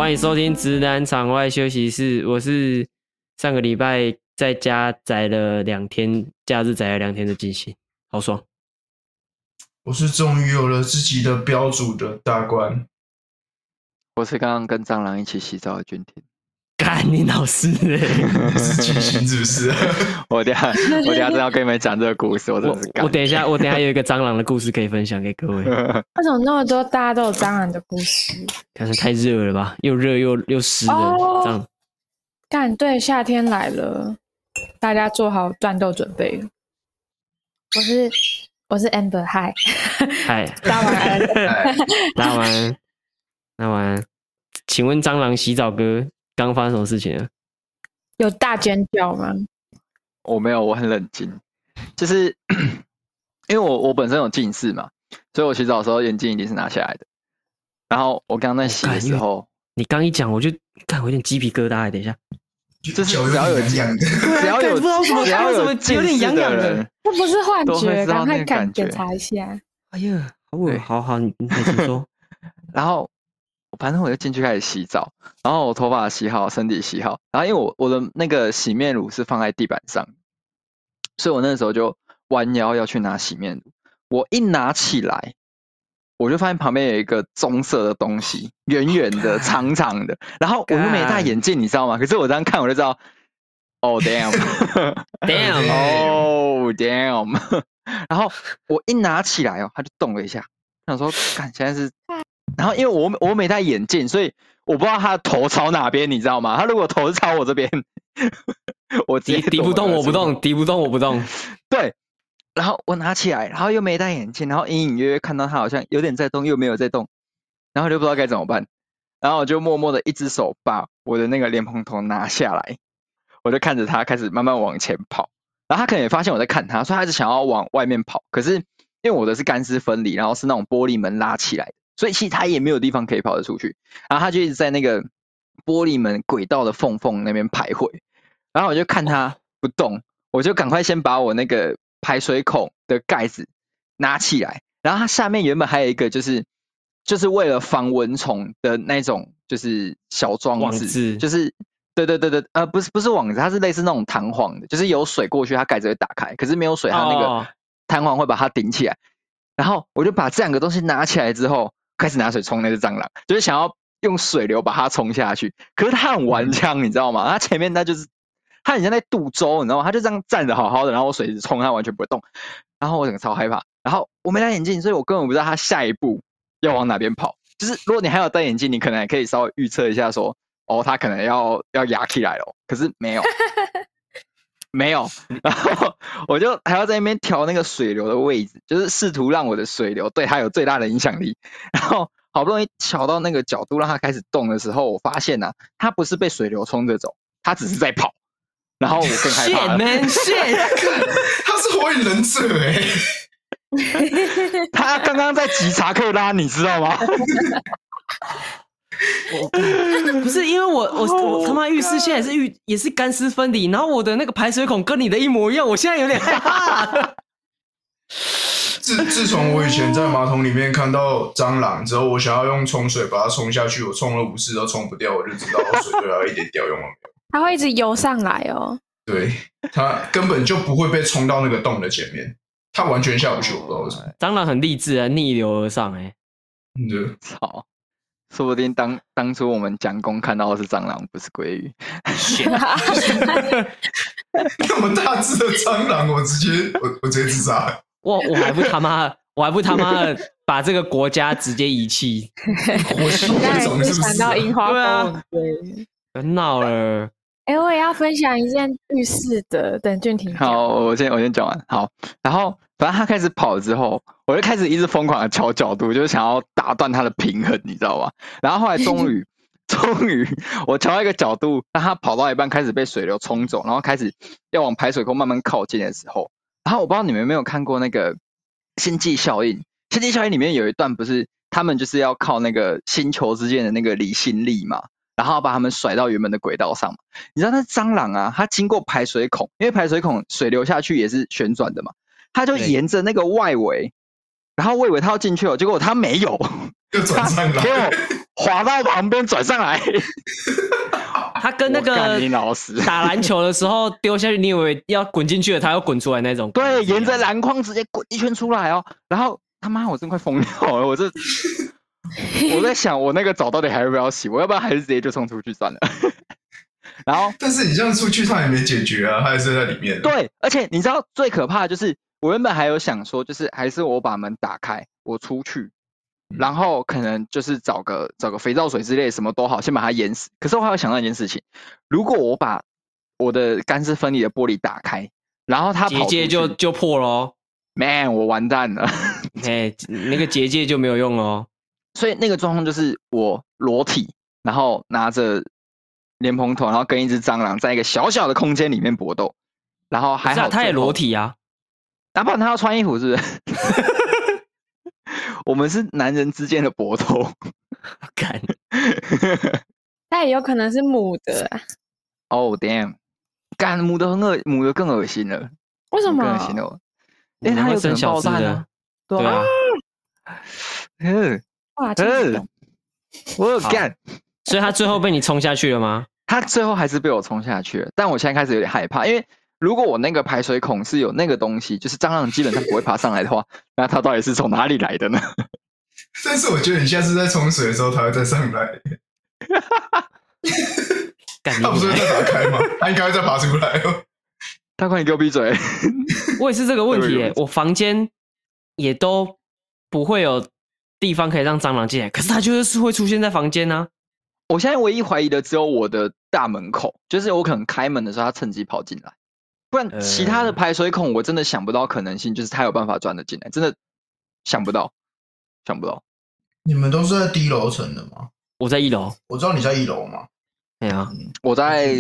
欢迎收听直男场外休息室，我是上个礼拜在家宅了2天，假日宅了2天的金星，好爽。 我是终于有了自己的标主的大官， 我是刚刚跟蟑螂一起洗澡的君婷。 干你老师你是金星是不是？ 我等下真的要跟你们讲这个故事，我真的是干。 我等一下有一个蟑螂的故事可以分享给各位。 为什么那么多大家都有蟑螂的故事？ 可能太热了吧，又热又湿的这样。 干，对，夏天来了，大家做好战斗准备。我是 Amber， 嗨，大晚安， 大晚安，大晚安。请问蟑螂洗澡哥刚发生什么事情了？ 有大尖叫吗？ 我没有，我很冷静，就是因为我本身有近视嘛，所以我洗澡的时候眼镜一定是拿下来的。然后我刚刚在洗的时候， 你刚一讲我就干，我有点鸡皮疙瘩，等一下。 就是只要有痒的， 只要有只要有有点痒痒的， 这不是幻觉，赶快感检查一下。 哎呀，好，你开始说。 然后反正我就进去开始洗澡，然后我头发洗好，身体洗好，然后因为我的那个洗面乳是放在地板上，所以我那时候就弯腰要去拿洗面乳。我一拿起来，我就发现旁边有一个棕色的东西，圆圆的、长长的，然后我又没戴眼镜，你知道吗？可是我这样看我就知道，哦 damn，damn， 哦 damn， 然后我一拿起来哦，它就动了一下，想说，看现在是，然后因为我没戴眼镜，所以我不知道他的头朝哪边，你知道吗？他如果头是朝我这边，我直接敌不动我不动，敌不动我不动， 对。然后我拿起来，然后又没戴眼镜，然后隐隐约约看到它好像有点在动，又没有在动，然后就不知道该怎么办，然后我就默默的一只手把我的那个莲蓬头拿下来，我就看着它开始慢慢往前跑，然后他可能也发现我在看他，所以他一直想要往外面跑，可是因为我的是干湿分离，然后是那种玻璃门拉起来的，所以其实他也没有地方可以跑得出去，然后他就一直在那个玻璃门轨道的缝那边徘徊，然后我就看他不动，我就赶快先把我那个排水孔的盖子拿起来，然后它下面原本还有一个就是为了防蚊虫的那种就是小装置，就是对，不是网子，它是类似那种弹簧的，就是有水过去它盖子会打开，可是没有水它那个弹簧会把它顶起来，然后我就把这2个东西拿起来之后开始拿水冲那只蟑螂，就是想要用水流把它冲下去，可是它很顽强，你知道吗？它前面它很像在渡舟，你知道吗？它就这样站着好好的，然后我水一直冲，它完全不会动，然后我整个超害怕，然后我没戴眼镜，所以我根本不知道它下一步要往哪边跑，就是如果你还有戴眼镜，你可能还可以稍微预测一下说，哦，它可能要压起来了，可是没有没有，然后我就还要在那边调那个水流的位置，就是试图让我的水流对它有最大的影响力，然后好不容易调到那个角度让它开始动的时候，我发现它不是被水流冲着走，它只是在跑，然后我更害怕了。 shit， 他是火影忍者他刚刚在挤查克拉，你知道吗？ 不是因为我他妈浴室现在也是干湿分离，然后我的那个排水孔跟你的一模一样，我现在有点害怕。 自从我以前在马桶里面看到蟑螂之后，我想要用冲水把它冲下去，我冲了5次都冲不掉，我就知道水对它一点屌用都没有。 它会一直游上来哦。 对，它根本就不会被冲到那个洞的前面，它完全下不去，我不知道为什么。 蟑螂很励志啊，逆流而上对， 操！说不定当初我们蒋公看到的是蟑螂，不是鲑鱼。 那么大只的蟑螂，我直接自杀。 我还不他妈的把这个国家直接遗弃。 我是想到樱花风， 对，别闹了。 我也要分享一件浴室的，等俊廷讲。 好，我先讲完。好，然后反正他开始跑之后，我就开始一直疯狂的调角度，就是想要打断他的平衡，你知道吗？然后后来终于我调到一个角度，让他跑到一半开始被水流冲走，然后开始要往排水沟慢慢靠近的时候，然后我不知道你们有没有看过那个星际效应？星际效应里面有一段不是他们就是要靠那个星球之间的那个离心力嘛，然后把他们甩到原本的轨道上嘛。你知道那蟑螂啊，它经过排水孔，因为排水孔水流下去也是旋转的嘛，它就沿着那个外围，然后我以为它要进去了，结果它没有， 就转上来。 滑到旁边转上来。 他跟那我干个你老师打篮球的时候丢下去，你以为要滚进去了，他要滚出来那种。 对，沿着篮筐直接滚一圈出来哦。然后他妈，我真快疯掉了！我在想，我那个澡到底还要不要洗？我要不要还是直接就冲出去算了？然后， 但是你这样出去，他也没解决啊，他还是在里面。 对，而且你知道最可怕的就是，我原本还有想说，就是还是我把门打开，我出去，然后可能就是找个肥皂水之类，什么都好，先把它淹死。可是我还有想到一件事情，如果我把我的干湿分离的玻璃打开，然后它结界就破了哦。 Man， 我完蛋了。 那个结界就没有用了哦。 所以那个状况就是我裸体，然后拿着莲蓬头，然后跟一只蟑螂在一个小小的空间里面搏斗，然后还好他也裸体啊， 不然他要穿衣服是不是？我们是男人之间的搏斗。 干， 他也有可能是母的啊。 Oh damn， 干母的更恶心了。 为什么？ 更恶心了。他有生小只的。对啊。 哇， 我有干。 所以他最后被你冲下去了吗？ 他最后还是被我冲下去了，但我现在开始有点害怕，因为如果我那个排水孔是有那个东西，就是蟑螂基本上不会爬上来的话，那它到底是从哪里来的呢？ 但是我觉得你下次在冲水的时候，它会再上来。他不是会再打开吗？他应该会再爬出来哦。 他快点给我闭嘴！ 我也是这个问题耶，我房间也都不会有地方可以让蟑螂进来，可是它就是会出现在房间啊。 我现在唯一怀疑的只有我的大门口，就是我可能开门的时候，它趁机跑进来，不然其他的排水孔我真的想不到可能性，就是它有办法钻得进来，真的想不到。 你们都是在低楼层的吗？ 我在1楼。 我知道你在1楼嘛。 对啊， 我在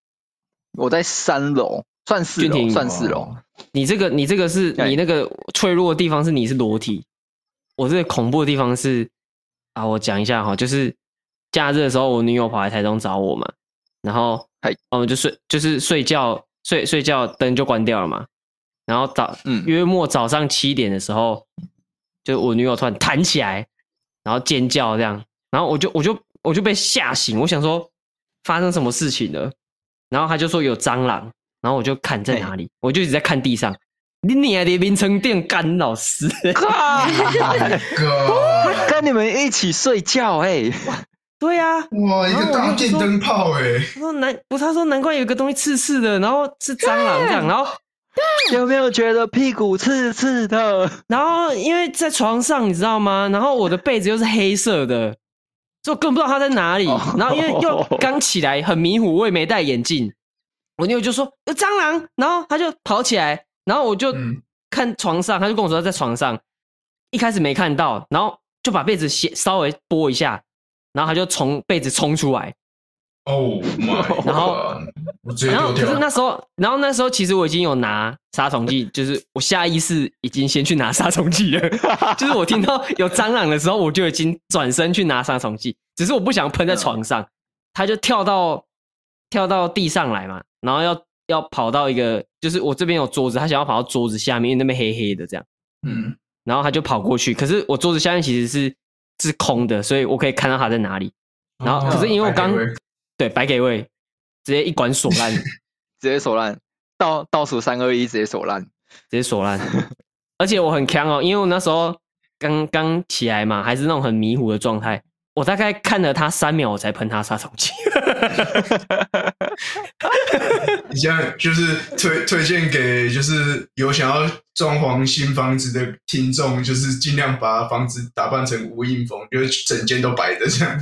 3楼，算4楼。 你这个是你那个脆弱的地方是你是裸体，我这个恐怖的地方是啊，我讲一下哈，就是假日的时候，我女友跑来台中找我嘛，然后我们就睡觉灯就关掉了嘛，然后约莫早上7点的时候，就我女友突然弹起来，然后尖叫这样，然后我就被吓醒，我想说发生什么事情了，然后他就说有蟑螂，然后我就看在哪里，我就一直在看地上。你还在眠床垫干老师， 他跟你们一起睡觉对啊， 哇，一个大电灯泡他说难怪有个东西刺刺的，然后是蟑螂这样，然后有没有觉得屁股刺刺的？ 然后因为在床上你知道吗？然后我的被子又是黑色的，所以我根本不知道它在哪里。然后因为又刚起来很迷糊，我也没戴眼镜，我女友就说有蟑螂，然后他就跑起来，然后我就看床上，他就跟我说在床上，一开始没看到，然后就把被子稍微拨一下，然后他就从被子冲出来。 Oh my！ 然后我直接丢掉。 可是那时候其实我已经有拿杀虫剂，就是我下意识已经先去拿杀虫剂了。就是我听到有蟑螂的时候，我就已经转身去拿杀虫剂，只是我不想喷在床上。他就跳到地上来嘛，然后要跑到一个，就是我这边有桌子，他想要跑到桌子下面，因为那边黑黑的这样。然后他就跑过去，可是我桌子下面其实是空的，所以我可以看到他在哪里。然后可是因为我对白给位，直接一管锁烂， 直接锁烂，倒数3、2、1，直接锁烂， 而且我很强哦，因为我那时候刚起来嘛，还是那种很迷糊的状态，我大概看了他3秒，我才喷他杀虫剂。 你现在就是推荐给就是有想要装潢新房子的听众，就是尽量把房子打扮成无印风，就是整间都白的这样，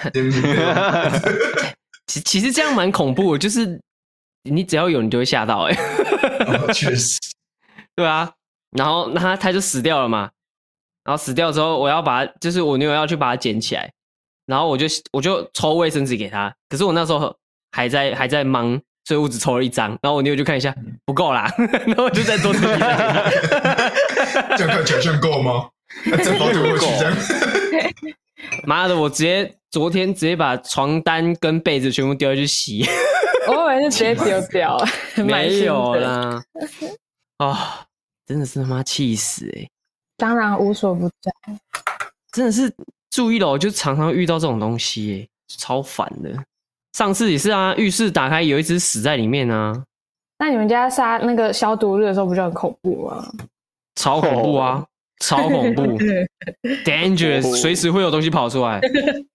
其实这样蛮恐怖的，就是你只要有，你就会吓到确实， 对啊，然后他就死掉了嘛，然后死掉之后，我要把就是我女友要去把它捡起来，然后我就抽卫生纸给他，可是我那时候还在忙，所以我只抽了1张，然后我女友就看一下，不够啦，然后我就再多抽1张。 这样看起来像够吗？再包丢过去这样。 妈的，我昨天直接把床单跟被子全部丢下去洗。 我以为是直接丢掉， 没有啦。真的是他妈气死蟑螂无所不在， 真的是住1楼就常常遇到这种东西耶，超烦的。上次也是啊，浴室打开有一只死在里面啊。 那你们家杀那个消毒日的时候不就很恐怖吗？ 超恐怖啊，超恐怖，dangerous， 随时会有东西跑出来。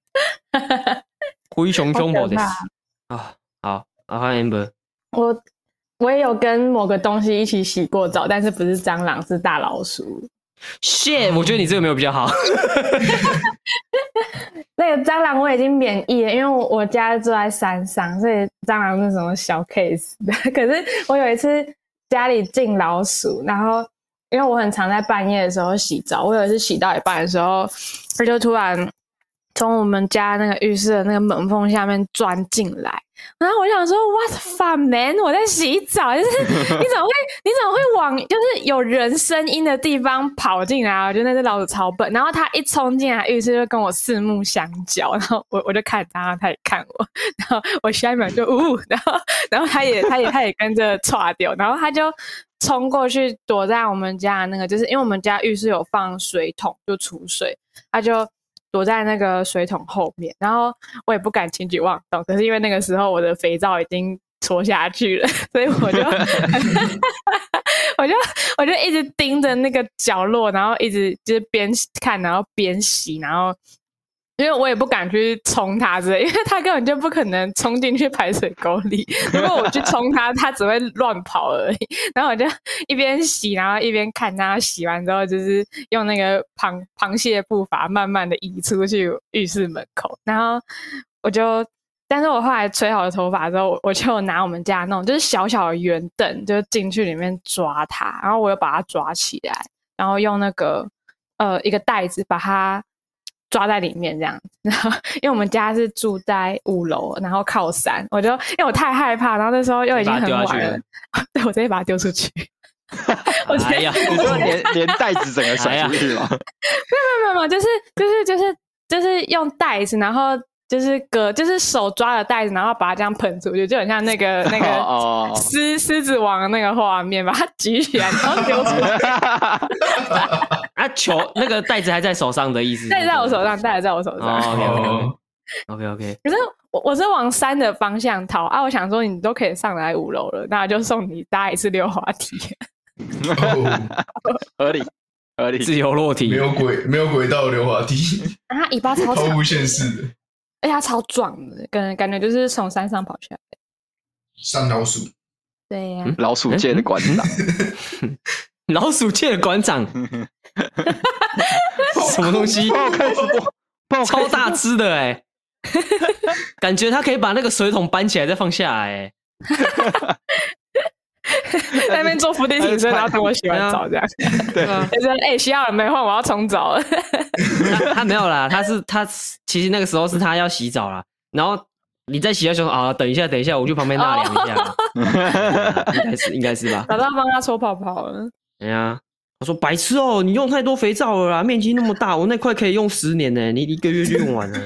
灰熊凶暴的啊，好，换 Amber。 我也有跟某个东西一起洗过澡，但是不是蟑螂，是大老鼠。 shit， 我觉得你这个没有比较好。 那个蟑螂我已经免疫了，因为我家住在山上，所以蟑螂是什么小 case 的。可是我有一次家里进老鼠，然后因为我很常在半夜的时候洗澡，我有一次洗到一半的时候，它就突然从我们家那个浴室的那个门缝下面钻进来，然后我想说 What the fuck man， 我在洗澡，就是你怎么会往就是有人声音的地方跑进来？我觉得那只老鼠超笨，然后它一冲进来浴室就跟我四目相交，然后我就看它，它也看我，然后我下一秒就然后它也跟着唰掉，然后它就冲过去躲在我们家的那个，就是因为我们家浴室有放水桶就储水，它就躲在那个水桶后面，然后我也不敢轻举妄动，可是因为那个时候我的肥皂已经戳下去了，所以我就我就一直盯着那个角落，然后一直就是边看然后边洗，然后因为我也不敢去冲它之类，因为它根本就不可能冲进去排水沟里，如果我去冲它，它只会乱跑而已。然后我就一边洗，然后一边看它洗完之后，就是用那个螃蟹步伐慢慢的移出去浴室门口。然后但是我后来吹好了头发之后，我就拿我们家那种就是小小的圆凳，就进去里面抓它，然后我又把它抓起来，然后用那个一个袋子把它抓在里面这样子，然后因为我们家是住在5楼，然后靠山，因为我太害怕，然后那时候又已经很晚了，对，我直接把它丢出去。我哎呀， 你说连袋子整个甩出去吗？ 没有，就是用袋子，然后就是手抓着袋子，然后把它这样喷出去，就很像那个狮子王的那个画面，把它举起来然后丢出去。 啊，球那个袋子还在手上的意思？ 袋子在我手上，袋子在我手上。 OK。 可是我是往山的方向逃啊！我想说你都可以上来5楼了，那就送你搭一次溜滑梯。 合理， 自由落体， 没有轨道溜滑梯， 它尾巴超长， 超无限式的， 而且它超壮的，感觉就是从山上跑下来。 山老鼠， 对呀， 老鼠界的馆长， 老鼠界的馆长，什么东西？超大只的哎，感觉他可以把那个水桶搬起来再放下来哎。 在那边做伏地挺身，然后等我洗完澡这样。对啊，就是洗好了没换，我要冲澡了。 他没有啦，他其实那个时候是他要洗澡啦，然后你在洗的时候啊，等一下，我去旁边纳凉一下。应该是吧？ 找到帮他搓泡泡了。 哎呀，他说白痴哦，你用太多肥皂了啦，面积那么大，我那块可以用10年呢，你1个月就用完了。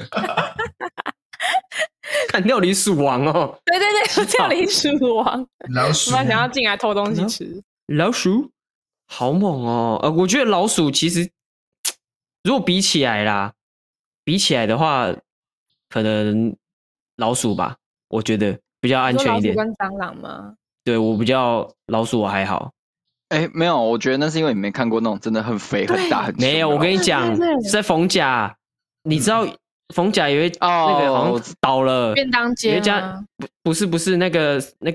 看料理鼠王哦， 对，料理鼠王， 老鼠， 他想要进来偷东西吃。 老鼠好猛哦！我觉得老鼠其实，如果比起来的话，可能老鼠吧，我觉得比较安全一点。 老鼠跟蟑螂吗？ 对，我比较老鼠我还好。 没有，我觉得那是因为你没看过那种真的很肥很大很没有，我跟你讲，在逢甲，你知道。逢甲有一那个好像倒了， 便当街有一家不是那个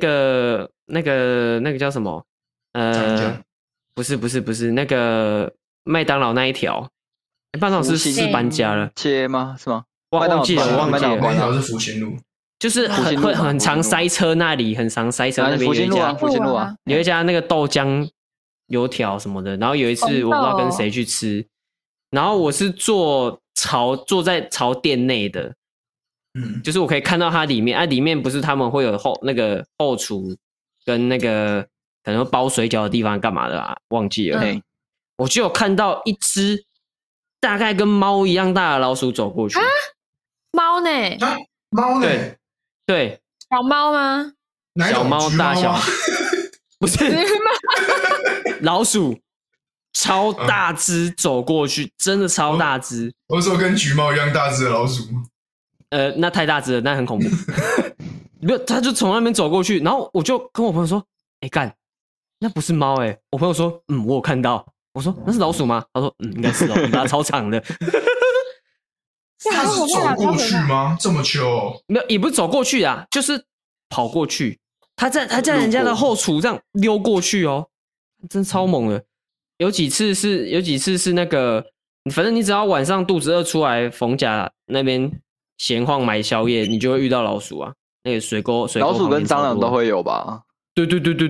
叫什么？不是那个麦当劳那一条，麦当劳是搬家了， 街吗？是吗？ 忘记了， 麦当劳是福兴路， 就是很常塞车那里，很常塞车那边有一家福兴路啊， 有一家那个豆浆油条什么的，然后有一次我不知道跟谁去吃，然后我是坐在槽店内的，就是我可以看到它里面，里面不是他们会有那个后厨跟那个可能包水饺的地方干嘛的啊？忘记了，我就有看到一只大概跟猫一样大的老鼠走过去。 猫呢？ 猫呢？ 对， 小猫吗？ 小猫大小，不是老鼠。 超大只走过去，真的超大只。 我说跟橘猫一样大只的老鼠吗？ 那太大只了，那很恐怖。没有，他就从那边走过去，然后我就跟我朋友说：“干，那不是猫欸。”我朋友说：“我有看到。”我说：“那是老鼠吗？”他说：“应该是哦，尾巴超长的。” 他是走过去吗？这么糗哦？ 没有，也不是走过去啊，就是跑过去。他在人家的后厨这样溜过去哦，真超猛的。有几次是那个，反正你只要晚上肚子饿出来逢甲那边闲晃买宵夜，你就会遇到老鼠啊。那个水沟老鼠跟蟑螂都会有吧？ 对。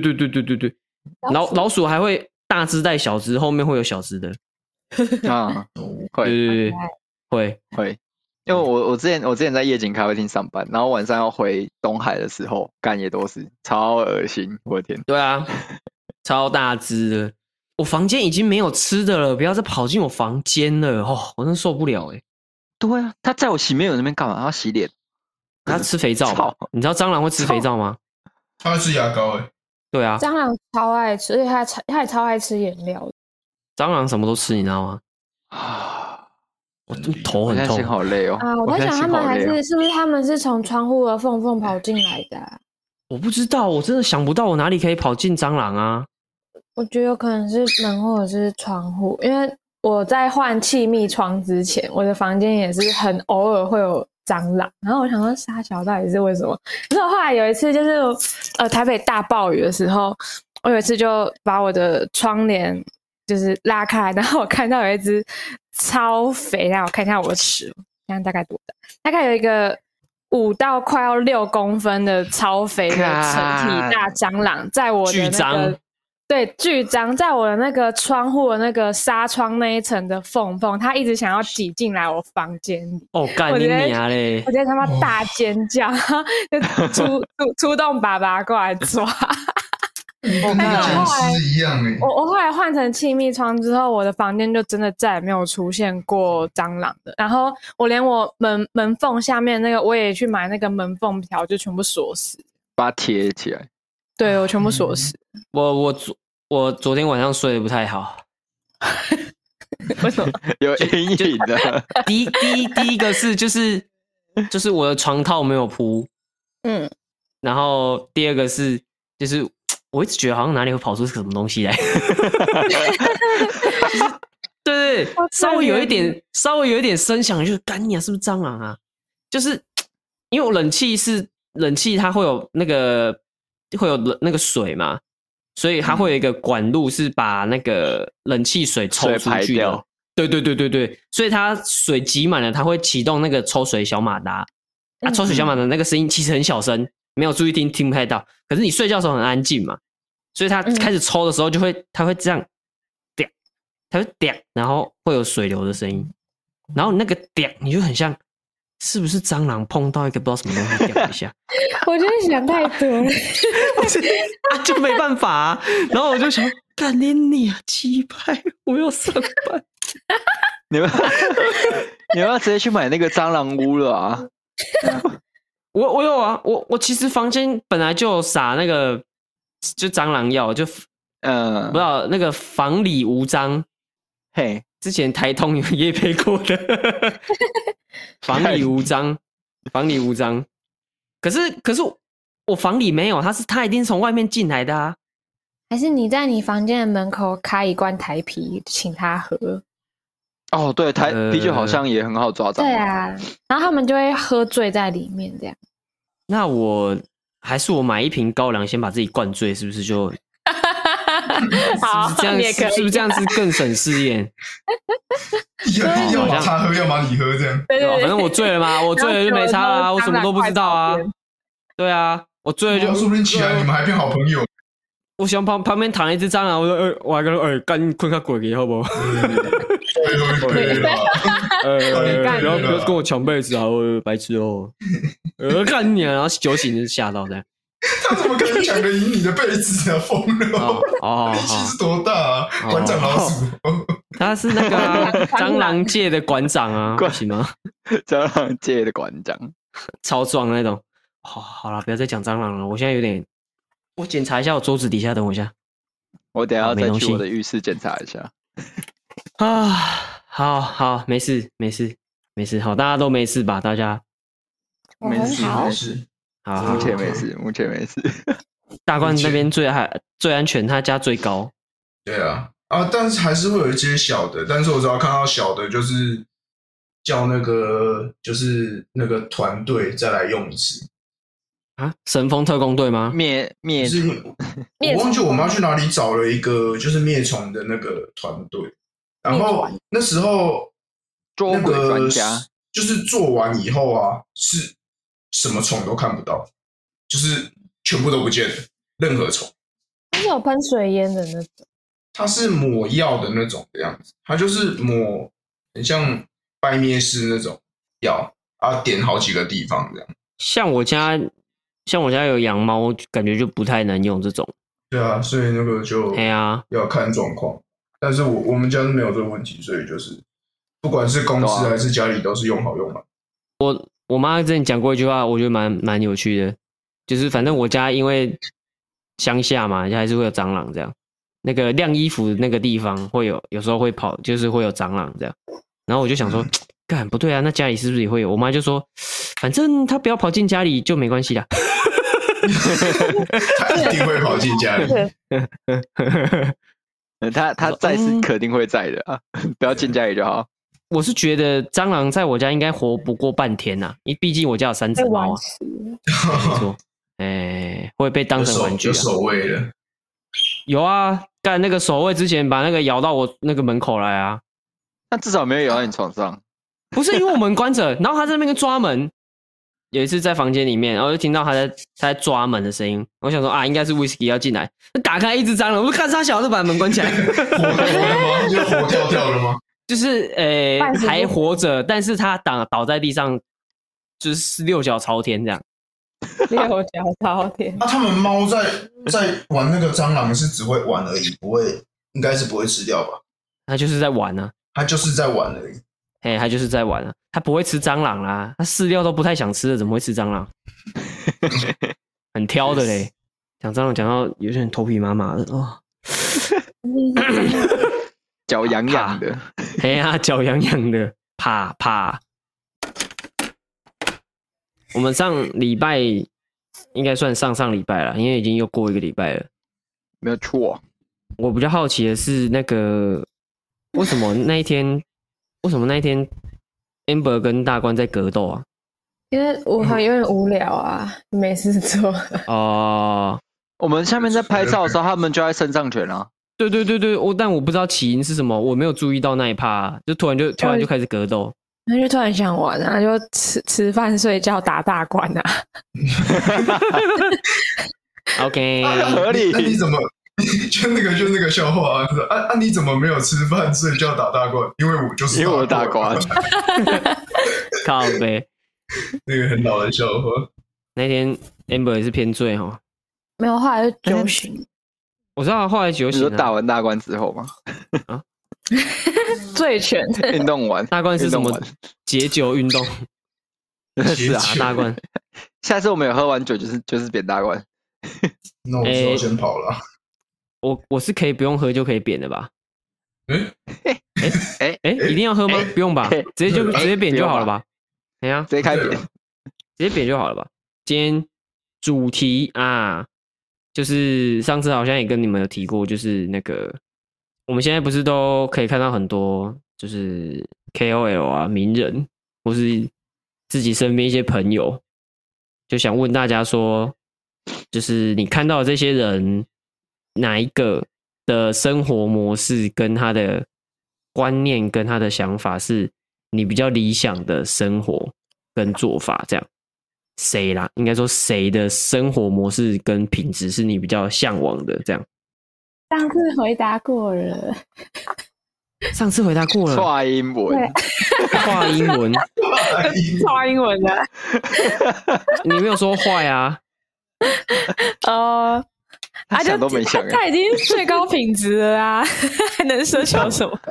老鼠还会大只带小只，后面会有小只的。 啊，会对，会。 因为我之前在夜景咖啡厅上班，然后晚上要回东海的时候，干也都是超恶心，我的天！ 对啊，超大只的。我房间已经没有吃的了，不要再跑进我房间了哦！我真受不了哎。 对啊，他在我洗面乳那边干嘛？他要洗脸？ 他吃肥皂吧？你知道蟑螂会吃肥皂吗？ 他会吃牙膏哎。 对啊， 蟑螂超爱吃，而且他也超爱吃颜料。 蟑螂什么都吃，你知道吗？我头很痛， 好累哦。 我在想他们还是不是他们是从窗户的缝跑进来的啊？ 我不知道，我真的想不到我哪里可以跑进蟑螂啊！ 我觉得有可能是门或者是窗户，因为我在换气密窗之前，我的房间也是很偶尔会有蟑螂，然后我想说沙小到底是为什么？可是我后来有一次就是台北大暴雨的时候，我有一次就把我的窗帘就是拉开，然后我看到有一只超肥，让我看一下我的尺，看大概多大，大概有一个5到快要6公分的超肥的成体大蟑螂，在我的那个对巨蟑，在我的那个窗户的那个纱窗那一层的缝，它一直想要挤进来我房间里。 哦，干你娘嘞！ 我直接他妈大尖叫，就出动爸爸过来抓。 跟那个僵尸一样哎！ 我后来换成气密窗之后，我的房间就真的再也没有出现过蟑螂的。然后我连我门缝下面那个，我也去买那个门缝条，就全部锁死， 把它贴起来。 对，我全部锁死。 我昨天晚上睡得不太好。 为什么？ 有阴影的。 第一个是就是我的床套没有铺，然后第二个是就是我一直觉得好像哪里会跑出什么东西来。对，稍微有一点声响，就是干你啊，是不是蟑螂啊？就是因为我冷气它会有那个水嘛，所以它会有一个管路是把那个冷气水抽出去的。对，所以它水挤满了，它会启动那个抽水小马达。抽水小马达那个声音其实很小声，没有注意听不太到。可是你睡觉的时候很安静嘛，所以它开始抽的时候它会这样，它会掉，然后会有水流的声音。然后那个掉，你就很像是不是蟑螂碰到一个不知道什么东西掉一下？ 我真的想太多了。 就没办法啊。然后我就想，干你啊，鸡排，我要上班。 你们要直接去买那个蟑螂屋了啊！ 我有啊，我其实房间本来就有撒那个就蟑螂药，就不知道那个防里无蟑， 嘿， 之前台通有业配过的。防里无蟑。可是我房里没有，他一定是从外面进来的啊。 还是你在你房间的门口开一罐台啤，请他喝。 哦，对，啤酒好像也很好抓蟑螂。 对啊，然后他们就会喝醉在里面这样。 那还是我买一瓶高粱，先把自己灌醉，是不是就？ 好， 这样是不是这样子更省试验？ 要把他喝，要把你喝，这样。 对， 反正我醉了嘛，我醉了就没差啊，我什么都不知道啊。对啊，我醉了就说不定起来你们还变好朋友。 我想旁边躺了一只蟑螂，我还跟他干困他滚去好不好？不要跟我抢被子啊！我白痴哦！干你啊！然后酒醒就吓到这样。 他怎么可能抢得赢你的被子啊？疯了！力气是多大啊？馆长老鼠， 他是那个蟑螂界的馆长啊，行吗？ 蟑螂界的馆长， 超壮那种。好啦，不要再讲蟑螂了，我现在有点。我检查一下我桌子底下，等我一下。 我等一下再去我的浴室检查一下。 啊，好，没事，好，大家都没事吧？大家我没事很好没， 是好， 目前没事，目前没事。 大冠那边最安全，他家最高。 对啊，但是还是会有一些小的，但是我只要看到小的，就是叫那个团队再来用一次。 啊，神风特工队吗？ 灭是我忘记我们要去哪里找了一个就是灭虫的那个团队，然后那时候捉鬼专家就是做完以后啊，是什么虫都看不到，就是全部都不见了，任何虫。 它是有喷水烟的那种， 它是抹药的那种的样子，它就是抹很像拜灭式那种药啊，点好几个地方这样。 像我家有养猫，感觉就不太能用这种。 对啊，所以那个就要看状况。但是我们家是没有这个问题，所以就是不管是公司还是家里都是用好用满。 我妈之前讲过一句话，我觉得蛮有趣的，就是反正我家因为乡下嘛，还是会有蟑螂这样。那个晾衣服那个地方有时候会跑，就是会有蟑螂这样。然后我就想说，干不对啊，那家里是不是也会有？我妈就说，反正他不要跑进家里就没关系啦。 他一定会跑进家里。 他在是肯定会在的啊，不要进家里就好。 我是觉得蟑螂在我家应该活不过半天呐，因为毕竟我家有3只猫啊。没错，会被当成玩具啊。 有守卫的。 有啊，干那个守卫之前把那个咬到我那个门口来啊。 那至少没有咬到你床上。 不是因为我门关着，然后他在那边抓门。有一次在房间里面，然后就听到他在抓门的声音，我想说啊，应该是 Whisky 要进来，打开一只蟑螂，我就看他小就把门关起来。 活吗？就活跳跳了吗？ 就是还活着，但是他倒在地上，就是6脚朝天这样。 6脚朝天。 那他们猫在玩那个蟑螂是只会玩而已，应该是不会吃掉吧？ 他就是在玩啊， 他就是在玩而已。 他就是在玩啊，他不会吃蟑螂啦，他饲料都不太想吃的，怎么会吃蟑螂？很挑的嘞，讲蟑螂讲到有点头皮麻麻的哦， 脚痒痒的， 脚痒痒的，怕。我们上礼拜应该算上礼拜了，因为已经又过1个礼拜了， 没有错。 我比较好奇的是那个为什么那一天 Amber 跟大官在格斗啊？ 因为我有点无聊啊，没事做。 我们下面在拍照的时候，他们就在升上拳啊。 对，但我不知道起因是什么，我没有注意到那一趴，就突然就开始格斗。 那就突然想玩啊，就吃饭睡觉打大官啊。 OK， 合理。 那你怎么就那个笑话啊？你怎么没有吃饭睡觉打大官？因为我就是因为我大官。 靠北， 那个很老的笑话。 那天 Amber 也是偏醉齁。 没有，后来就酒醒。 我知道后来酒醒。 你说打完大官之后吗？ 啊， 醉拳运动完， 大官是什么解酒运动？ 是啊， 大官。 下次我们有喝完酒就是扁大官。 那我之后先跑了。 我是可以不用喝就可以扁的吧？一定要喝吗？不用吧，直接扁就好了吧？ 直接开扁， 直接扁就好了吧？今天主题啊，就是上次好像也跟你们有提过，就是那个我们现在不是都可以看到很多就是 KOL 啊、名人，或是自己身边一些朋友，就想问大家说，就是你看到的这些人，哪一个的生活模式跟他的观念跟他的想法是你比较理想的生活跟做法？这样谁啦？应该说谁的生活模式跟品质是你比较向往的？这样上次回答过了。 上次回答过了。 画英文， 画英文， 画英文的。 你没有说坏啊？ 他想都没想， 他已经最高品质了啊，还能奢求什么？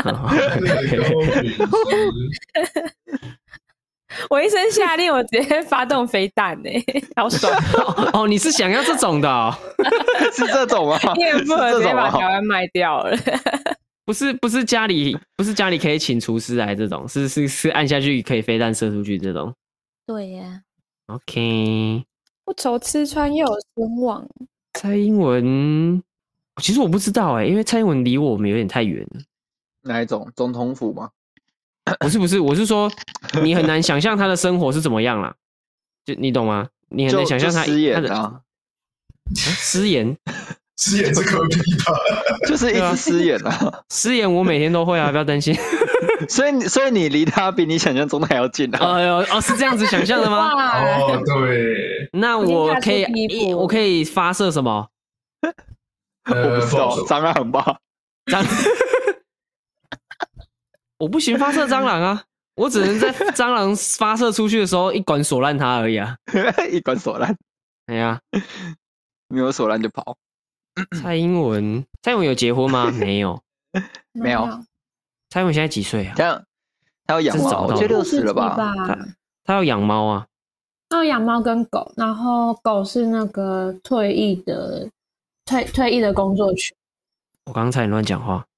我一声下令，我直接发动飞弹好爽！ 哦，你是想要这种的？ 是这种吗？ 你也不能直接把台湾卖掉了。 不是家里可以请厨师来这种，是按下去可以飞弹射出去这种。 对呀。 OK， 不愁吃穿又有声望。 蔡英文，其实我不知道因为蔡英文离我们有点太远了。 哪一种？总统府吗？ 不是，我是说你很难想象他的生活是怎么样啦，就你懂吗？你很难想象他失言啊，失言。 失言是可以吧？ 就是一直失言啊！ 失言我每天都会啊，不要担心。 所以你离他比你想象中的还要近啊！ 是这样子想象的吗？ 哦，对。 那我可以发射什么？ 我不知道，蟑螂吧？ 我不行发射蟑螂啊，我只能在蟑螂发射出去的时候一管锁烂它而已啊。 一管锁烂。 哎呀， 没有锁烂就跑。 蔡英文有结婚吗？没有。蔡英文现在几岁啊？ 他要养猫，我觉得60了吧？ 他要养猫啊？ 他要养猫跟狗，然后狗是那个退役的工作犬。 我刚刚差点乱讲话。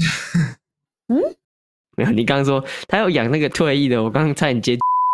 没有，你刚刚说他要养那个退役的，我刚刚差点接。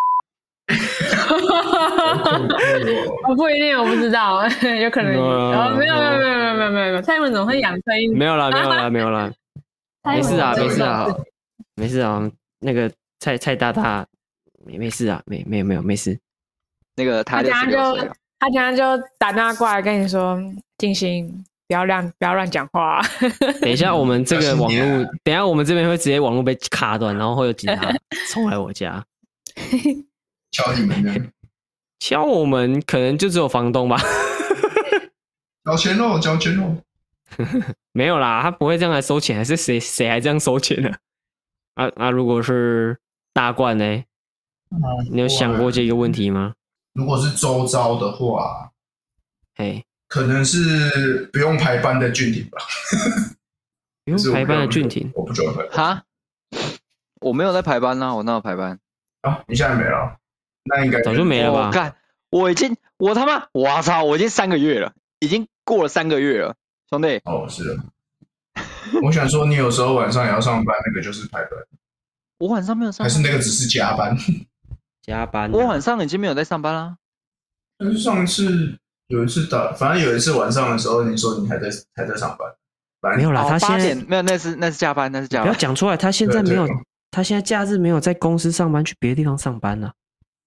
我不一定，我不知道，有可能没有，蔡英文怎么会养退役？ 没有啦，没事啊，那个蔡大大没事啊，没事。 那个他等下就打电话过来跟你说，静心不要乱讲话。 等一下我们这个网络，等一下我们这边会直接网络被卡断，然后会有警察冲来我家。 敲你们呢？ 敲我们可能就只有房东吧。 交钱喽！ 没有啦，他不会这样来收钱，还是谁还这样收钱呢？如果是大冠呢？你有想过这个问题吗？ 如果是周遭的话，可能是不用排班的俊廷吧。 不用排班的俊廷， 我不喜欢排班。 哈，我没有在排班啊，我哪有排班啊？你现在没了？那应该早就没了吧？ 干，我他妈，我操，我已经3个月了，已经过了3个月了，兄弟。 哦，是的。我想说，你有时候晚上也要上班，那个就是排班。 我晚上没有上班， 还是那个只是加班？ 加班。 我晚上已经没有在上班啦。 但是上次有一次反正有一次晚上的时候，你说你还在上班。 没有啦，他现在没有，那是加班，那是加班。 不要讲出来，他现在没有，他现在假日没有在公司上班，去别的地方上班了。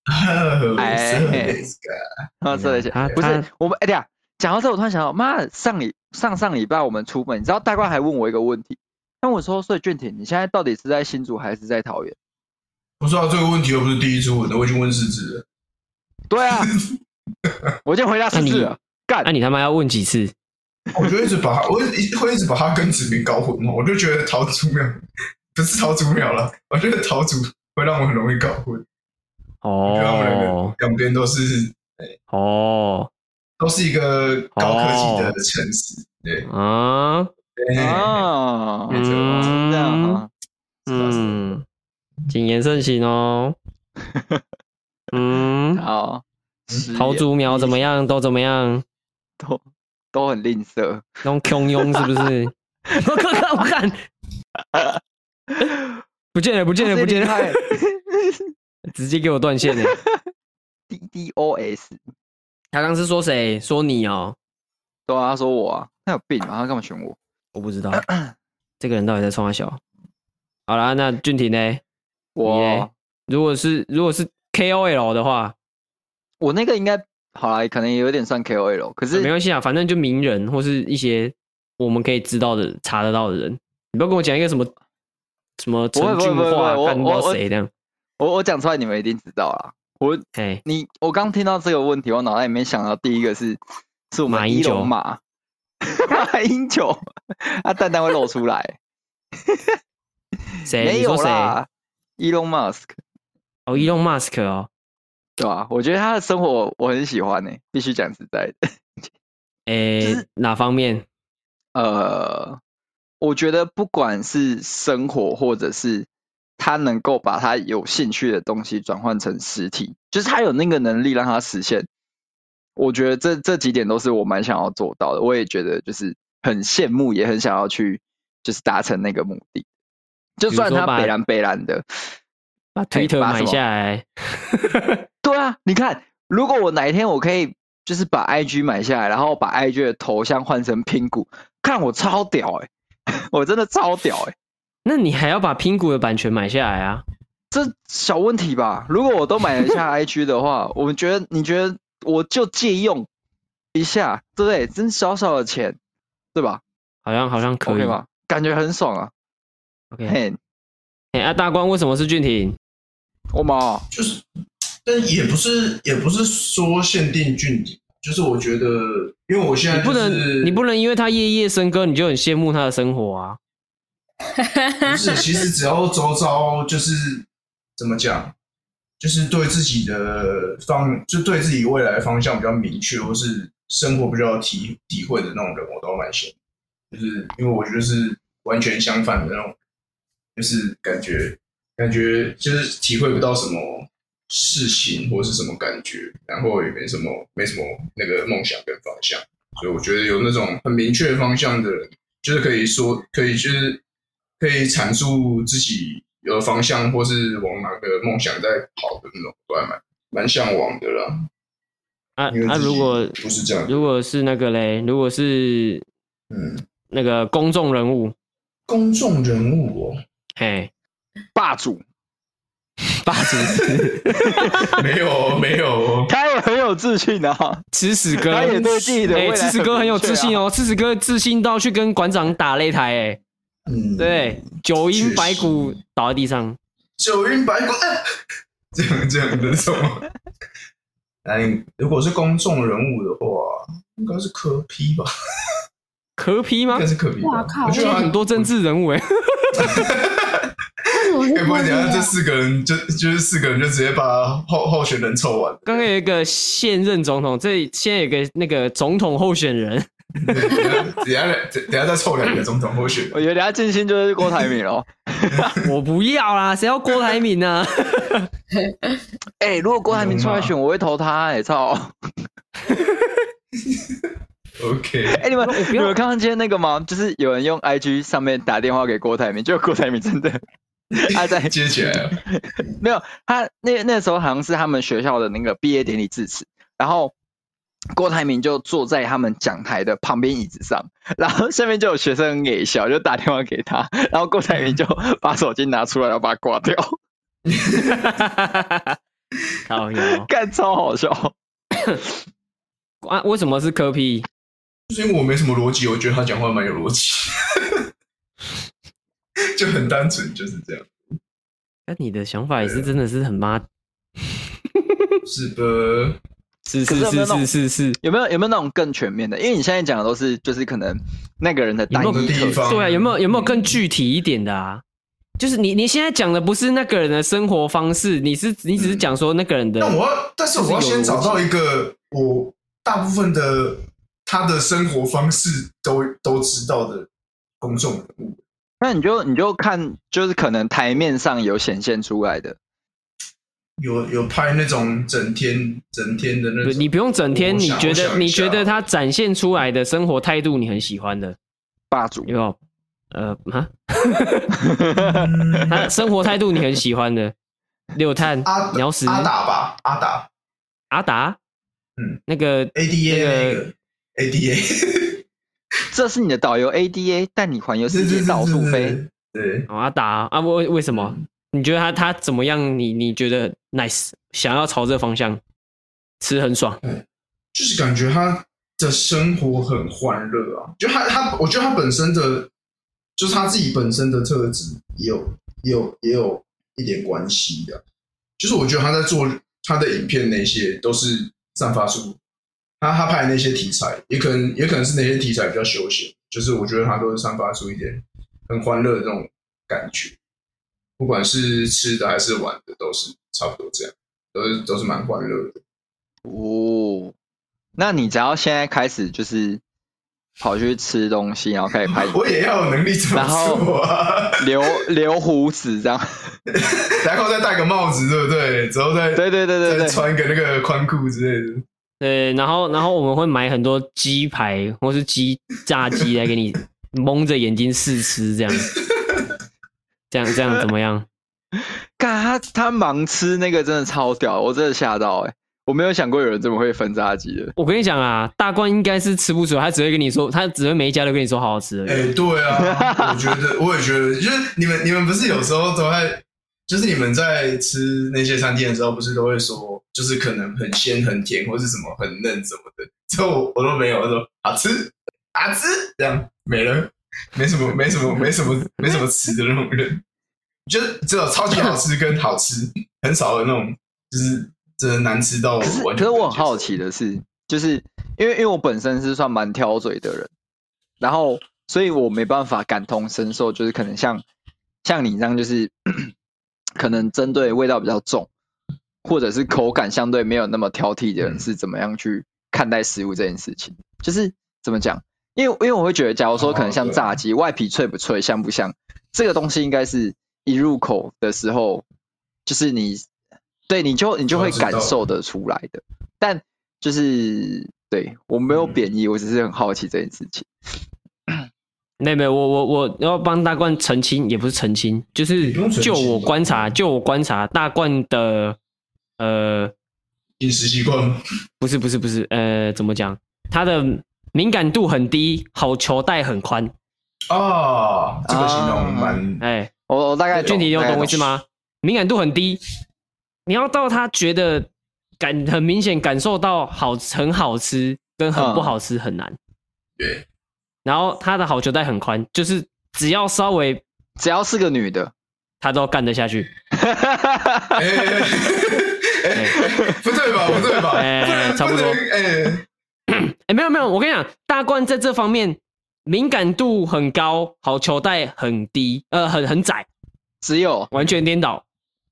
不是我们，等一下讲到这，我突然想到，妈的，上礼拜我们出门，你知道大冠还问我一个问题，他问我说：“所以俊廷，你现在到底是在新竹还是在桃园？” 不知道这个问题又不是第一次问的，我已经问4次了。对啊，我已经回答4次了。干， 那你他妈要问几次？ 我就一直会一直把他跟子明搞混，我就觉得桃竹苗不是桃竹苗了，我觉得桃竹会让我很容易搞混。我觉得他们两边都是都是一个高科技的城市，对啊，这样谨言慎行哦。 好， 桃竹苗怎么样？都怎么样？ 都很吝啬， 都穷庸是不是？我看，不见了，直接给我断线了。 DDoS， 他刚是说谁？说你哦？ 对啊，他说我啊，他有病啊，他干嘛选我？ 我不知道，这个人到底在冲他小？好啦，那俊廷呢？ 我如果是 KOL 的话， 我那个应该好啦，可能也有点算 KOL， 可是没关系啊，反正就名人或是一些我们可以知道的、查得到的人。你不要跟我讲一个什么陈俊化干不知道谁这样。 我讲出来你们一定知道啦。我刚听到这个问题，我脑袋里面想到第一个是我们伊隆马英九，他蛋蛋会露出来。 谁？ 没有啦，Elon Musk。 哦，Elon Musk 哦， 对吧？我觉得他的生活我很喜欢必须讲实在的。 哪方面？ 我觉得不管是生活，或者是他能够把他有兴趣的东西转换成实体，就是他有那个能力让他实现。我觉得这几点都是我蛮想要做到的，我也觉得就是很羡慕，也很想要去就是达成那个目的。就算他北蓝的， 把 Twitter 买下来。 对啊，你看，如果我哪一天我可以就是把 IG 买下来，然后把 IG 的头像换成拼骨，看我超屌我真的超屌那你还要把拼骨的版权买下来啊？ 这小问题吧？如果我都买得下 IG 的话，你觉得我就借用一下，对不对？真小小的钱，对吧？ 好像可以 OK 吧？感觉很爽啊。 OK， 大官为什么是俊廷？ 我妈就是，但也不是说限定俊廷，就是我觉得，因为我现在你不能因为他夜夜笙歌，你就很羡慕他的生活啊。 不是，其实只要周遭就是怎么讲，就是对自己的就对自己未来的方向比较明确，或是生活比较体会的那种人，我都蛮羡慕。就是因为我觉得是完全相反的那种，就是感觉就是体会不到什么事情或是什么感觉，然后也没什么那个梦想跟方向，所以我觉得有那种很明确方向的人，就是可以阐述自己有方向或是往哪个梦想在跑的那种，都还蛮向往的啦。 如果不是这样， 如果是那个嘞，如果是那个公众人物哦， 嘿， 霸主没有， 他也很有自信啊。 吃屎哥， 他也对自己的未来吃屎哥很有自信哦，吃屎哥自信到去跟馆长打擂台对，9阴白骨倒在地上 ，9阴白骨，这样的什么？如果是公众人物的话，应该是柯 P 吧？ 柯 P 吗？ 应该是柯 P。 哇靠！ 我觉得很多政治人物该不会等下这4个人就是4个人就直接把候选人凑完？ 刚刚有一个现任总统，现在有个那个总统候选人。 等下再凑2个总统候选人。 我觉得等下进新就是郭台铭了。 我不要啦，谁要郭台铭呢？ 如果郭台铭出来选，我会投他操。 OK， 你们有看到今天那个吗？就是有人用 IG 上面打电话给郭台铭，结果郭台铭真的他在接起来了。 没有，他那时候好像是他们学校的那个毕业典礼致辞，然后郭台铭就坐在他们讲台的旁边椅子上，然后下面就有学生很给笑，就打电话给他，然后郭台铭就把手机拿出来，然后把它挂掉。 靠腰， 干超好笑。 为什么是柯 P？ 就是因为我没什么逻辑，我觉得他讲话蛮有逻辑，就很单纯，就是这样。 那你的想法也是真的是很妈， 是的， 是。 有没有那种更全面的？因为你现在讲的都是就是可能那个人的单一地方， 对啊，有没有更具体一点的啊？就是你现在讲的不是那个人的生活方式，你只是讲说那个人的。 但是我要先找到一个我大部分的他的生活方式都知道的公众人物。 那你就看，就是可能台面上有显现出来的， 有拍那种整天的那种。 你不用整天，你觉得他展现出来的生活态度你很喜欢的霸主有没有？他生活态度你很喜欢的六探鸟屎阿达吧， 阿达，那个 ADA 那个 ADA， 这是你的导游 ADA 带你环游世界到处飞。 对， 阿达啊，为什么？你觉得他怎么样？你觉得 nice？ 想要朝这方向吃很爽？ 就是感觉他的生活很欢乐啊，就我觉得他本身的。就是他自己本身的特质也有一点关系的，就是我觉得他在做他的影片那些都是散发出他拍的那些题材，也可能是那些题材比较休闲，就是我觉得他都是散发出一点很欢乐的这种感觉，不管是吃的还是玩的都是差不多这样，都是蛮欢乐的。 哦，那你只要现在开始就是跑去吃东西，然后开始拍， 我也要有能力这么做啊！ 留胡子这样， 然后再戴个帽子，对不对？之后再再穿个那个宽裤之类的。 对，然后我们会买很多鸡排或是炸鸡来给你蒙着眼睛试吃这样，这样怎么样？ 干他盲吃那个真的超屌，我真的吓到我没有想过有人这么会分炸鸡的。 我跟你讲啊，大冠应该是吃不出来，他只会跟你说，他只会每一家都跟你说好好吃而已。 对啊，我也觉得，就是你们不是有时候都在，就是你们在吃那些餐厅的时候，不是都会说，就是可能很鲜、很甜，或是什么很嫩什么的，这我都没有，我说好吃，好吃，这样没了，没什么吃的那种人，就是只有超级好吃跟好吃，很少的那种，就是真的难吃到完全。 可是我很好奇的是，就是因为我本身是算蛮挑嘴的人，然后所以我没办法感同身受，就是可能像你这样，就是可能针对味道比较重，或者是口感相对没有那么挑剔的人是怎么样去看待食物这件事情。就是怎么讲？因为我会觉得，假如说可能像炸鸡，外皮脆不脆，香不香，这个东西应该是一入口的时候，就是你就会感受得出来的。但就是对我没有贬义，我只是很好奇这件事情。 没有，我要帮大冠澄清，也不是澄清，就是就我观察，大冠的饮食习惯吗？ 不是，怎么讲？他的敏感度很低，好球带很宽。 哦，这个形容蛮我大概俊体，你有懂我意思吗？敏感度很低，你要到他觉得很明显感受到很好吃跟很不好吃很难。 对。 然后他的好球带很宽，就是只要是个女的， 他都干得下去。 不对吧？ 差不多。没有，我跟你讲，大冠在这方面敏感度很高，好球带很低，很窄， 只有完全颠倒。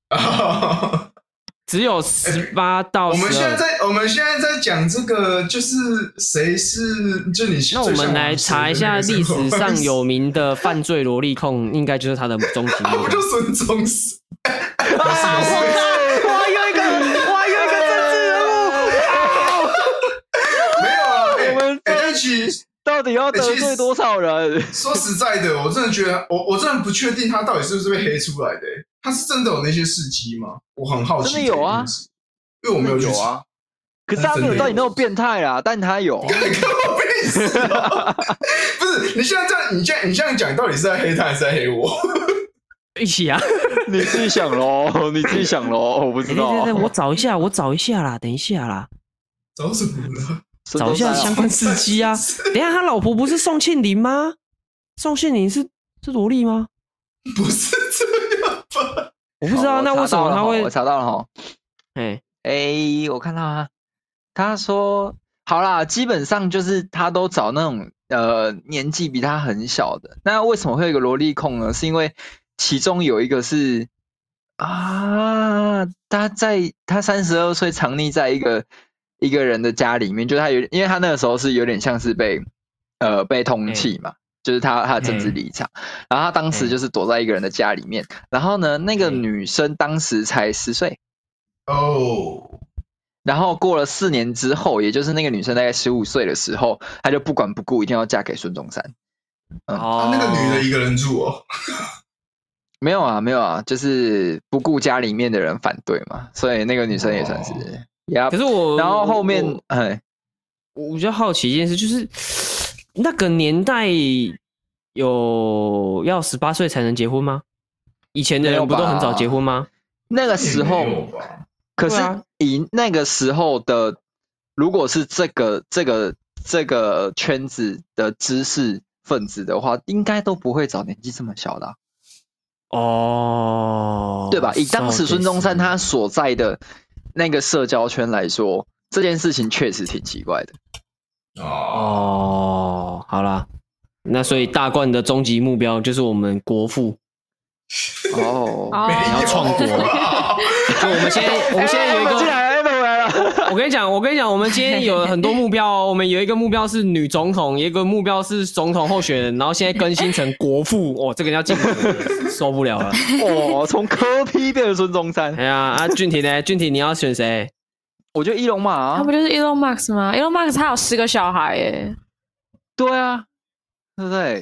只有18到12。 我们现在在讲这个，就是谁是就你。 那我们来查一下历史上有名的犯罪萝莉控，应该就是他的终极目标。 不就孙中山？ 我还有一个政治人物。 没有啊， 我们这一期到底要得罪多少人？ 说实在的，我真的觉得，我真的不确定他到底是不是被黑出来的。他是真的有那些事迹吗？我很好奇。 真的有啊， 因为我没有去查。 可是他没有到你那么变态啦，但他有。 不是，你现在这样，你这样讲，到底是在黑他还是在黑我？ 一起啊！ 你自己想咯，我不知道。 对，我找一下啦，等一下啦。 找什么了？ 找一下相关事迹啊！等一下，他老婆不是宋庆龄吗？宋庆龄是萝莉吗？ 不是这样吧？ 我不知道，那为什么他会？ 我查到了哈。我看到他说好啦，基本上就是他都找那种年纪比他很小的。那为什么会有一个萝莉控呢？是因为其中有一个是他32岁藏匿在一个人的家里面，就是因为他那个时候是有点像是被通缉嘛。就是他的政治立场，然后他当时就是躲在一个人的家里面，然后呢，那个女生当时才10岁哦， 然后过了4年之后，也就是那个女生大概15岁的时候，她就不管不顾，一定要嫁给孙中山。 那个女的一个人住哦？ 没有啊，就是不顾家里面的人反对嘛，所以那个女生也算是。 可是然后后面我比较好奇一件事，就是那个年代有要18岁才能结婚吗？以前的人不都很早结婚吗？ 那个时候，可是以那个时候的，如果是这个圈子的知识分子的话，应该都不会找年纪这么小的对吧？以当时孙中山他所在的那个社交圈来说，这件事情确实挺奇怪的。 好啦，那所以大冠的终极目标就是我们国父。你要创国。就我们现在有一个，我跟你讲，我们今天有很多目标我们有一个目标是女总统，有一个目标是总统候选人，然后现在更新成国父。这个要进国，受不了了。 从柯 P 变成孙中山。 哎呀，俊廷呢？俊廷你要选谁？ 我觉得伊隆马啊。 他不就是 Elon Musk 吗？ Elon Musk 他有10个小孩耶。 对啊，对不对？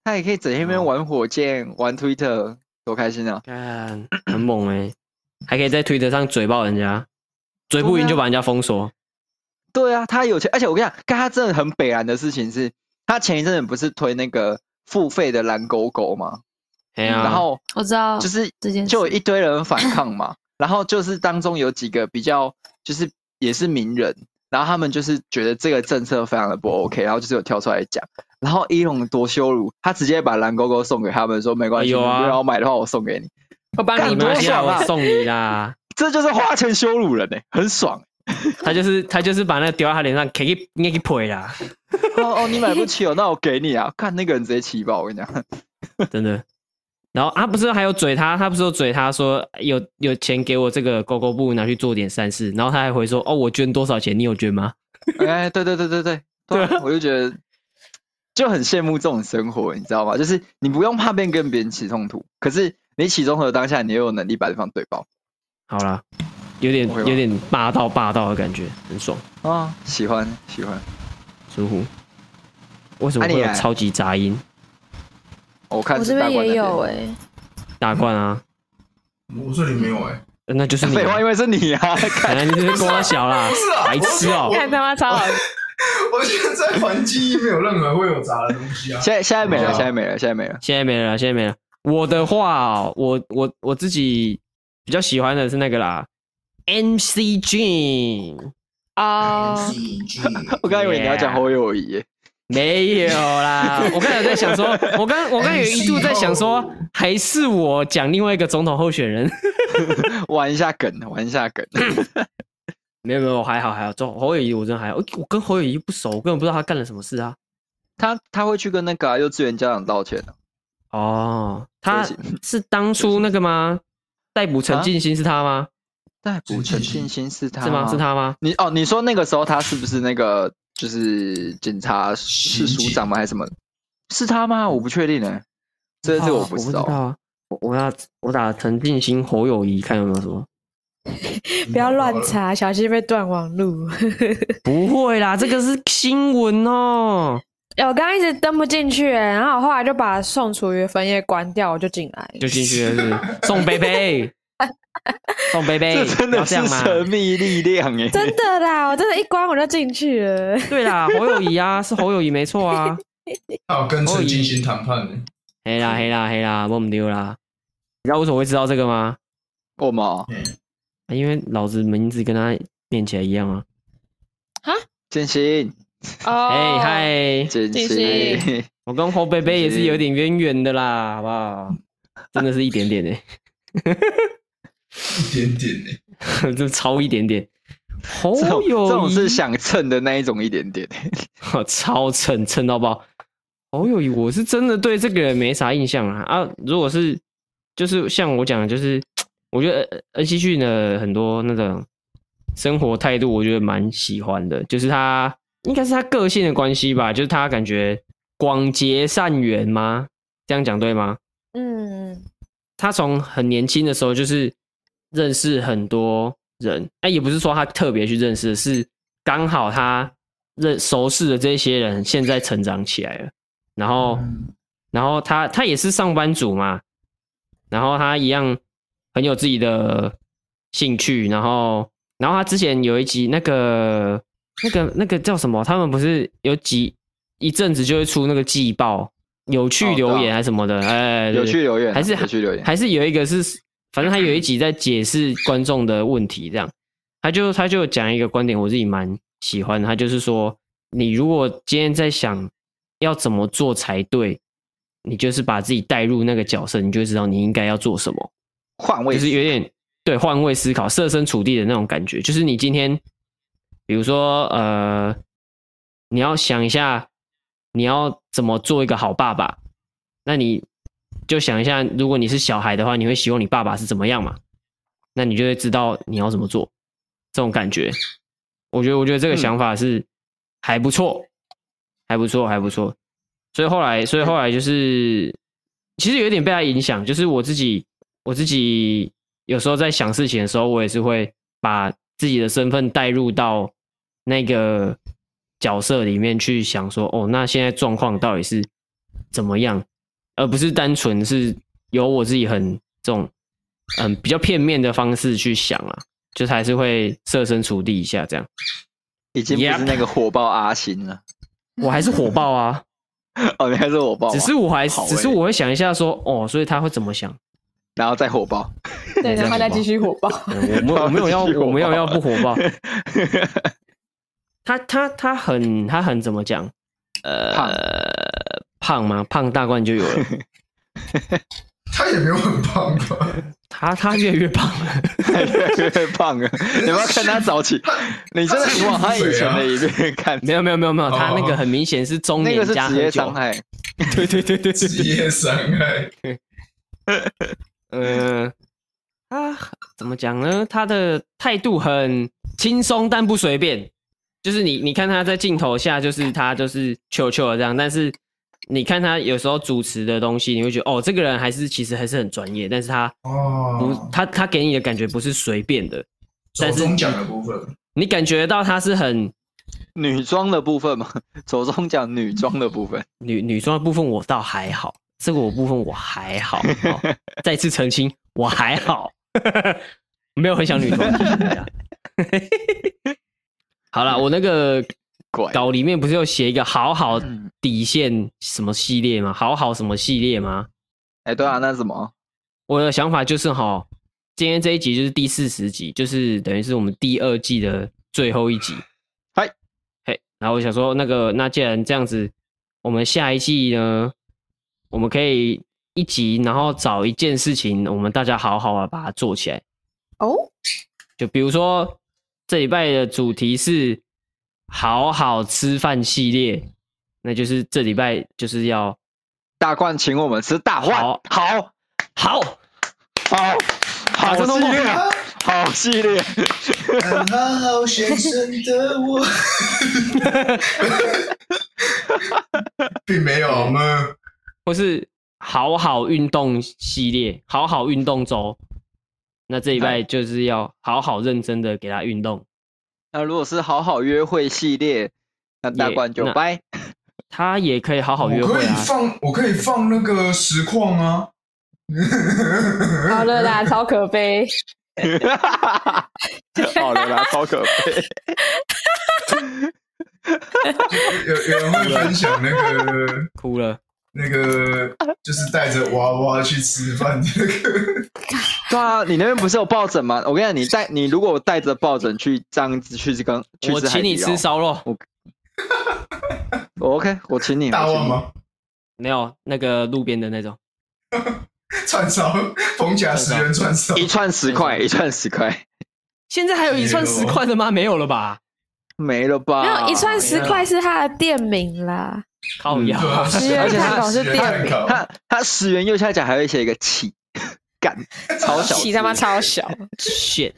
他也可以整天边玩火箭、玩 Twitter， 多开心啊！ 干很猛还可以在推特上嘴爆人家，嘴不赢就把人家封锁。 对啊，他有钱，而且我跟你讲，他真的很北蓝的事情是，他前一阵子不是推那个付费的蓝勾勾吗？然后我知道， 就是这件事就有一堆人反抗嘛，然后就是当中有几个比较就是也是名人，然后他们就是觉得这个政策非常的不 OK， 然后就是有跳出来讲，然后伊隆多羞辱，他直接把蓝勾勾送给他们，说没关系，你不要买的话我送给你， 我帮你多爽啊， 我送你啦， 这就是花钱羞辱人很爽。 他就是把那个丢在他脸上，可以应该赔啦。 哦，你买不起哦，那我给你啊！看那个人直接气爆，我跟你讲， 真的。然后他不是还有嘴他不是有嘴他说有钱给我这个勾勾布拿去做点善事，然后他还回说我捐多少钱，你有捐吗？ 哎，对，我就觉得就很羡慕这种生活，你知道吗？就是你不用怕跟别人起冲突，可是你起冲突的当下，你又有能力把对方对爆。 好啦，有点霸道的感觉，很爽啊！喜欢， 舒服。为什么会有超级杂音？ 我看我这边也有大冠啊， 我这里没有那就是你。 废话，因为是你啊！ 你这是跟我小啦，白痴哦！ 看他妈超好。 我现在环境没有任何会有杂的东西啊。 现在没了，现在没了。 我的话，我自己比较喜欢的是那个啦 ，MC Jin 啊。 我刚以为你要讲侯友宜耶。 没有啦，我刚才在想说，我刚有一度在想说，还是我讲另外一个总统候选人， 玩一下梗。 没有，我还好，侯友宜我真的还好，我跟侯友宜不熟，我根本不知道他干了什么事啊。 他会去跟那个幼稚园家长道歉的。 哦，他是当初那个吗？逮捕陈进兴是他吗？ 逮捕陈进兴是他吗？是他吗？ 你说那个时候他是不是那个？就是检察室署长吗？还是什么？是他吗？我不确定这我不知道啊。 我打陈进兴、侯友宜，看有没有什么。 不要乱查，小心被断网路。 不会啦，这个是新闻哦。 我刚刚一直登不进去，然后我后来就把宋楚瑜分页关掉，我就进来。 就进去了是宋贝贝。宋贝贝， 这真的是神秘力量真的啦，我真的一关我就进去了。 对啦，侯友宜啊，是侯友宜没错啊。 他有跟陈进兴谈判呢。 黑啦，我们丢啦。你知道为什么会知道这个吗？ 我吗？ 因为老子名字跟他念起来一样啊。 哈？ 建新。 嗨， 建新。 我跟侯贝贝也是有点渊源的啦，好不好？真的是一点点一点点就超一点点。侯友宜这种是想蹭的那一种一点点超蹭到爆。侯友宜我是真的对这个人没啥印象啊。如果是就是像我讲的，就是我觉得恩熙俊的很多那种生活态度，我觉得蛮喜欢的。就是他应该是他个性的关系吧，就是他感觉广结善缘吗？这样讲对吗？他从很年轻的时候就是认识很多人，也不是说他特别去认识，是刚好他熟识的这些人现在成长起来了，然后他也是上班族嘛，然后他一样很有自己的兴趣，然后他之前有一集那个叫什么，他们不是有一阵子就会出那个季报。有趣留言还是什么的， 有趣留言还是有一个是，反正他有一集在解释观众的问题，这样他就讲一个观点，我自己蛮喜欢的，他就是说，你如果今天在想要怎么做才对，你就是把自己带入那个角色，你就会知道你应该要做什么， 换位就是有点对换位思考、设身处地的那种感觉，就是你今天，比如说你要想一下。你要怎么做一个好爸爸？那你就想一下，如果你是小孩的话，你会希望你爸爸是怎么样嘛？那你就会知道你要怎么做。这种感觉，我觉得这个想法是还不错，还不错。所以后来就是其实有点被他影响，就是我自己有时候在想事情的时候，我也是会把自己的身份带入到那个角色里面去想说，那现在状况到底是怎么样？ 而不是单纯是由我自己很这种比较片面的方式去想啊，就是还是会设身处地一下这样。 已经不是那个火爆阿星了。 我还是火爆啊。 哦，你还是火爆啊， 只是我会想一下说，哦，所以他会怎么想， 然后再火爆。 对，然后再继续火爆。 我没有要不火爆。他很怎么讲？胖吗？胖大冠就有了。 他也没有很胖吧？ 他越来越胖了， 越来越胖了。你要不要看他早期？你真的你往他以前的一面看。 没有，他那个很明显是中年加喝酒。 那个是职业伤害。 对， 职业伤害。 他怎么讲呢？他的态度很轻松但不随便，就是你看他在镜头下，就是他就是糗糗的这样，但是你看他有时候主持的东西，你会觉得哦，这个人其实还是很专业，但是他他给你的感觉不是随便的， 但是走中奖的部分， 你感觉到他是很女装的部分嘛？走中奖女装的部分， 女装的部分我倒还好，这个部分我还好，再次澄清，我还好，没有很想女装。好啦，我那个稿里面不是有写一个好好底线什么系列吗？好好什么系列吗？ 对啊，那是什么？ 我的想法就是今天这一集就是第40集，就是等于是我们第2季的最后一集。然后我想说，那既然这样子，我们下一季呢，我们可以一集，然后找一件事情，我们大家好好的把它做起来。 哦， 就比如说这礼拜的主题是好好吃饭系列，那就是这礼拜就是要大冠请我们吃大碗，好系列，好系列。 好先生的我，并没有吗？ 或是好好运动系列，好好运动周。那这礼拜就是要好好认真的给他运动。 那如果是好好约会系列，那大冠就拜。 他也可以好好约会啊。 我可以放那个实况啊。 好了啦，超可悲。 好了啦，超可悲。 有人会分享那个哭了， 那个就是带着娃娃去吃饭这个。 对啊，你那边不是有抱枕吗？我跟你讲，你如果带着抱枕去这样子去吃我请你吃烧肉。 我 OK， 我请你。 大碗吗？ 没有，那个路边的那种。 串烧，逢甲10元串烧， 一串10块，一串10块。 现在还有一串10块的吗？没有了吧？ 没了吧？ 没有，一串10块是它的店名啦。 靠腰， 而且它是店名。 它10元右下角还会写一个起，干，超小， 起他妈超小。 shit。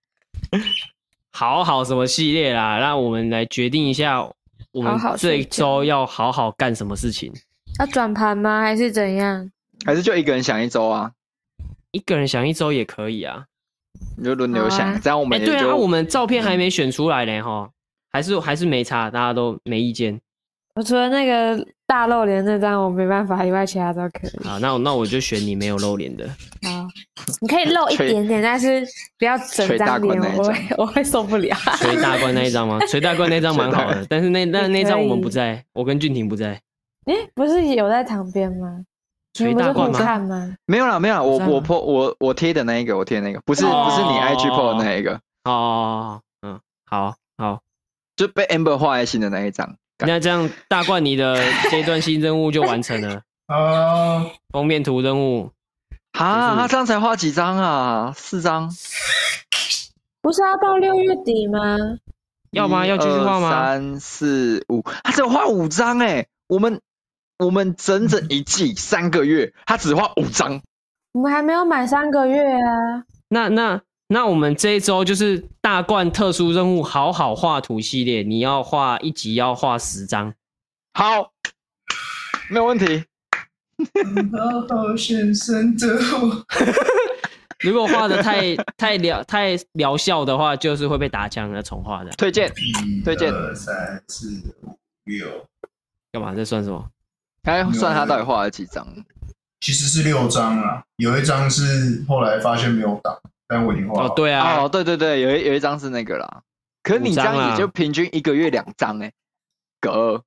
好好什么系列啦？让我们来决定一下，我们这一周要好好干什么事情？ 要转盘吗？还是怎样？ 还是就一个人想一周啊？ 一个人想一周也可以啊， 你就轮流想，这样我们也就。 对啊，我们照片还没选出来呢哈，还是没差，大家都没意见。 我除了那个大露脸那张我没办法以外，其他都可以。 好，那我就选你没有露脸的。 好，你可以露一点点，但是不要整张脸，我会受不了。 捶大冠那一张吗？捶大冠那张蛮好的，但是那张我们不在，我跟俊廷不在。 不是有在旁边吗？ 捶大冠吗？ 没有啦，我贴的那一个，不是你 IG po 的那一个。 好， 就被 Amber 画在心的那一张。 那这样大冠你的这一段新任务就完成了。封面图任务。 他这样才画几张啊？4张。 不是要到6月底吗？ 要吗？要继续画吗 ？3、4、5，他只有画5张哎！我们整一季3个月，他只画5张。 我们还没有满3个月啊。 那我们这一周就是大冠特殊任务，好好画图系列，你要画一集要画10张。 好，没有问题。 好先生的我。 如果画的太疗效的话，就是会被打枪的重画的。 推荐。 1、2、3、4、5、6。 干嘛？这算什么？ 该算他到底画了几张？ 其实是6张啊，有一张是后来发现没有档，但我已经画了。 哦，对啊， 哦，对，有一张是那个啦。可是你这样也就平均1个月2张哎，哥。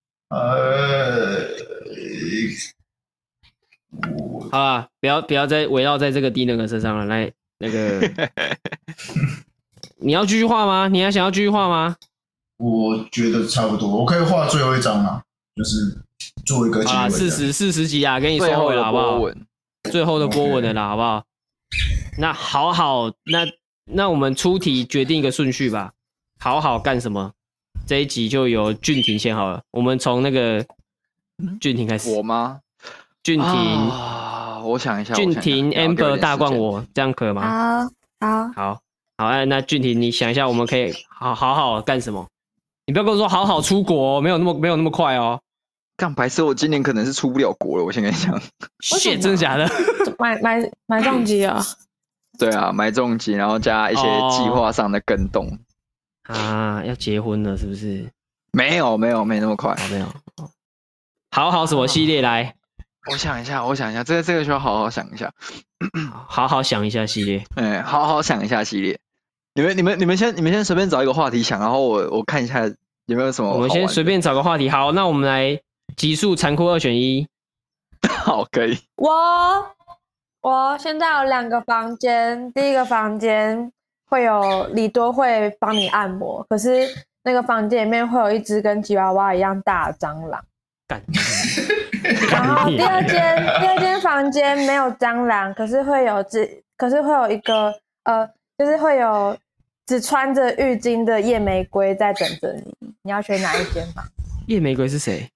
好啦，不要再围绕在这个低能儿身上了。来，那个，你要继续画吗？你还想要继续画吗？ 我觉得差不多，我可以画最后一张啊，就是做一个结尾。 啊，40集啊，给你收回了好不好？最后的波纹的啦，好不好？那好，那我们出题决定一个顺序吧。好干什么？这一集就由俊廷先好了，我们从那个俊廷开始。 我吗？ 俊廷我想一下， 俊廷 Amber 大冠我，这样可以吗？好，那俊廷你想一下，我们可以好干什么？你不要跟我说好出国哦，没有那么快哦。 干白痴，我今年可能是出不了国了，我先跟你讲。 shit， 真的假的？ 买重机啊？ 对啊，买重机，然后加一些计划上的跟动。 啊，要结婚了是不是？ 没那么快。 没有。好什么系列来？ 我想一下，这个需要好好想一下。 好想一下系列。 好好想一下系列。你们先随便找一个话题想，然后我看一下有没有什么。 我们先随便找个话题。好，那我们来极速残酷2选1。 好，可以。 我现在有2个房间，第一个房间会有李多会帮你按摩，可是那个房间里面会有一只跟吉娃娃一样大的蟑螂。然后第二间房间没有蟑螂，可是会有一个就是会有只穿着浴巾的夜玫瑰在等着你。你要选哪一间吧？ 夜玫瑰是谁？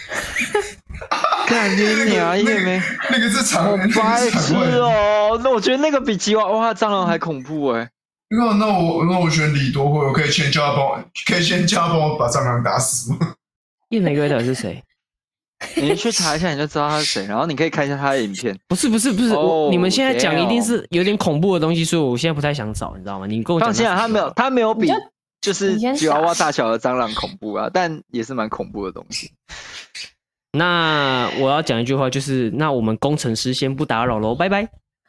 干你娘！夜玫那个是常人， 白痴哦。那我觉得那个比吉娃娃蟑螂还恐怖哎。 那我选李多惠，我可以先叫他帮我把蟑螂打死吗？ 夜玫瑰到底是谁？ 你去查一下你就知道他是谁，然后你可以看一下他的影片。 不是，你们现在讲一定是有点恐怖的东西，所以我现在不太想找，你知道吗？你跟我讲。放心啊，他没有比就是吉娃娃大小的蟑螂恐怖啊，但也是蛮恐怖的东西。 那我要讲一句话，就是那我们工程师先不打扰喽，拜拜。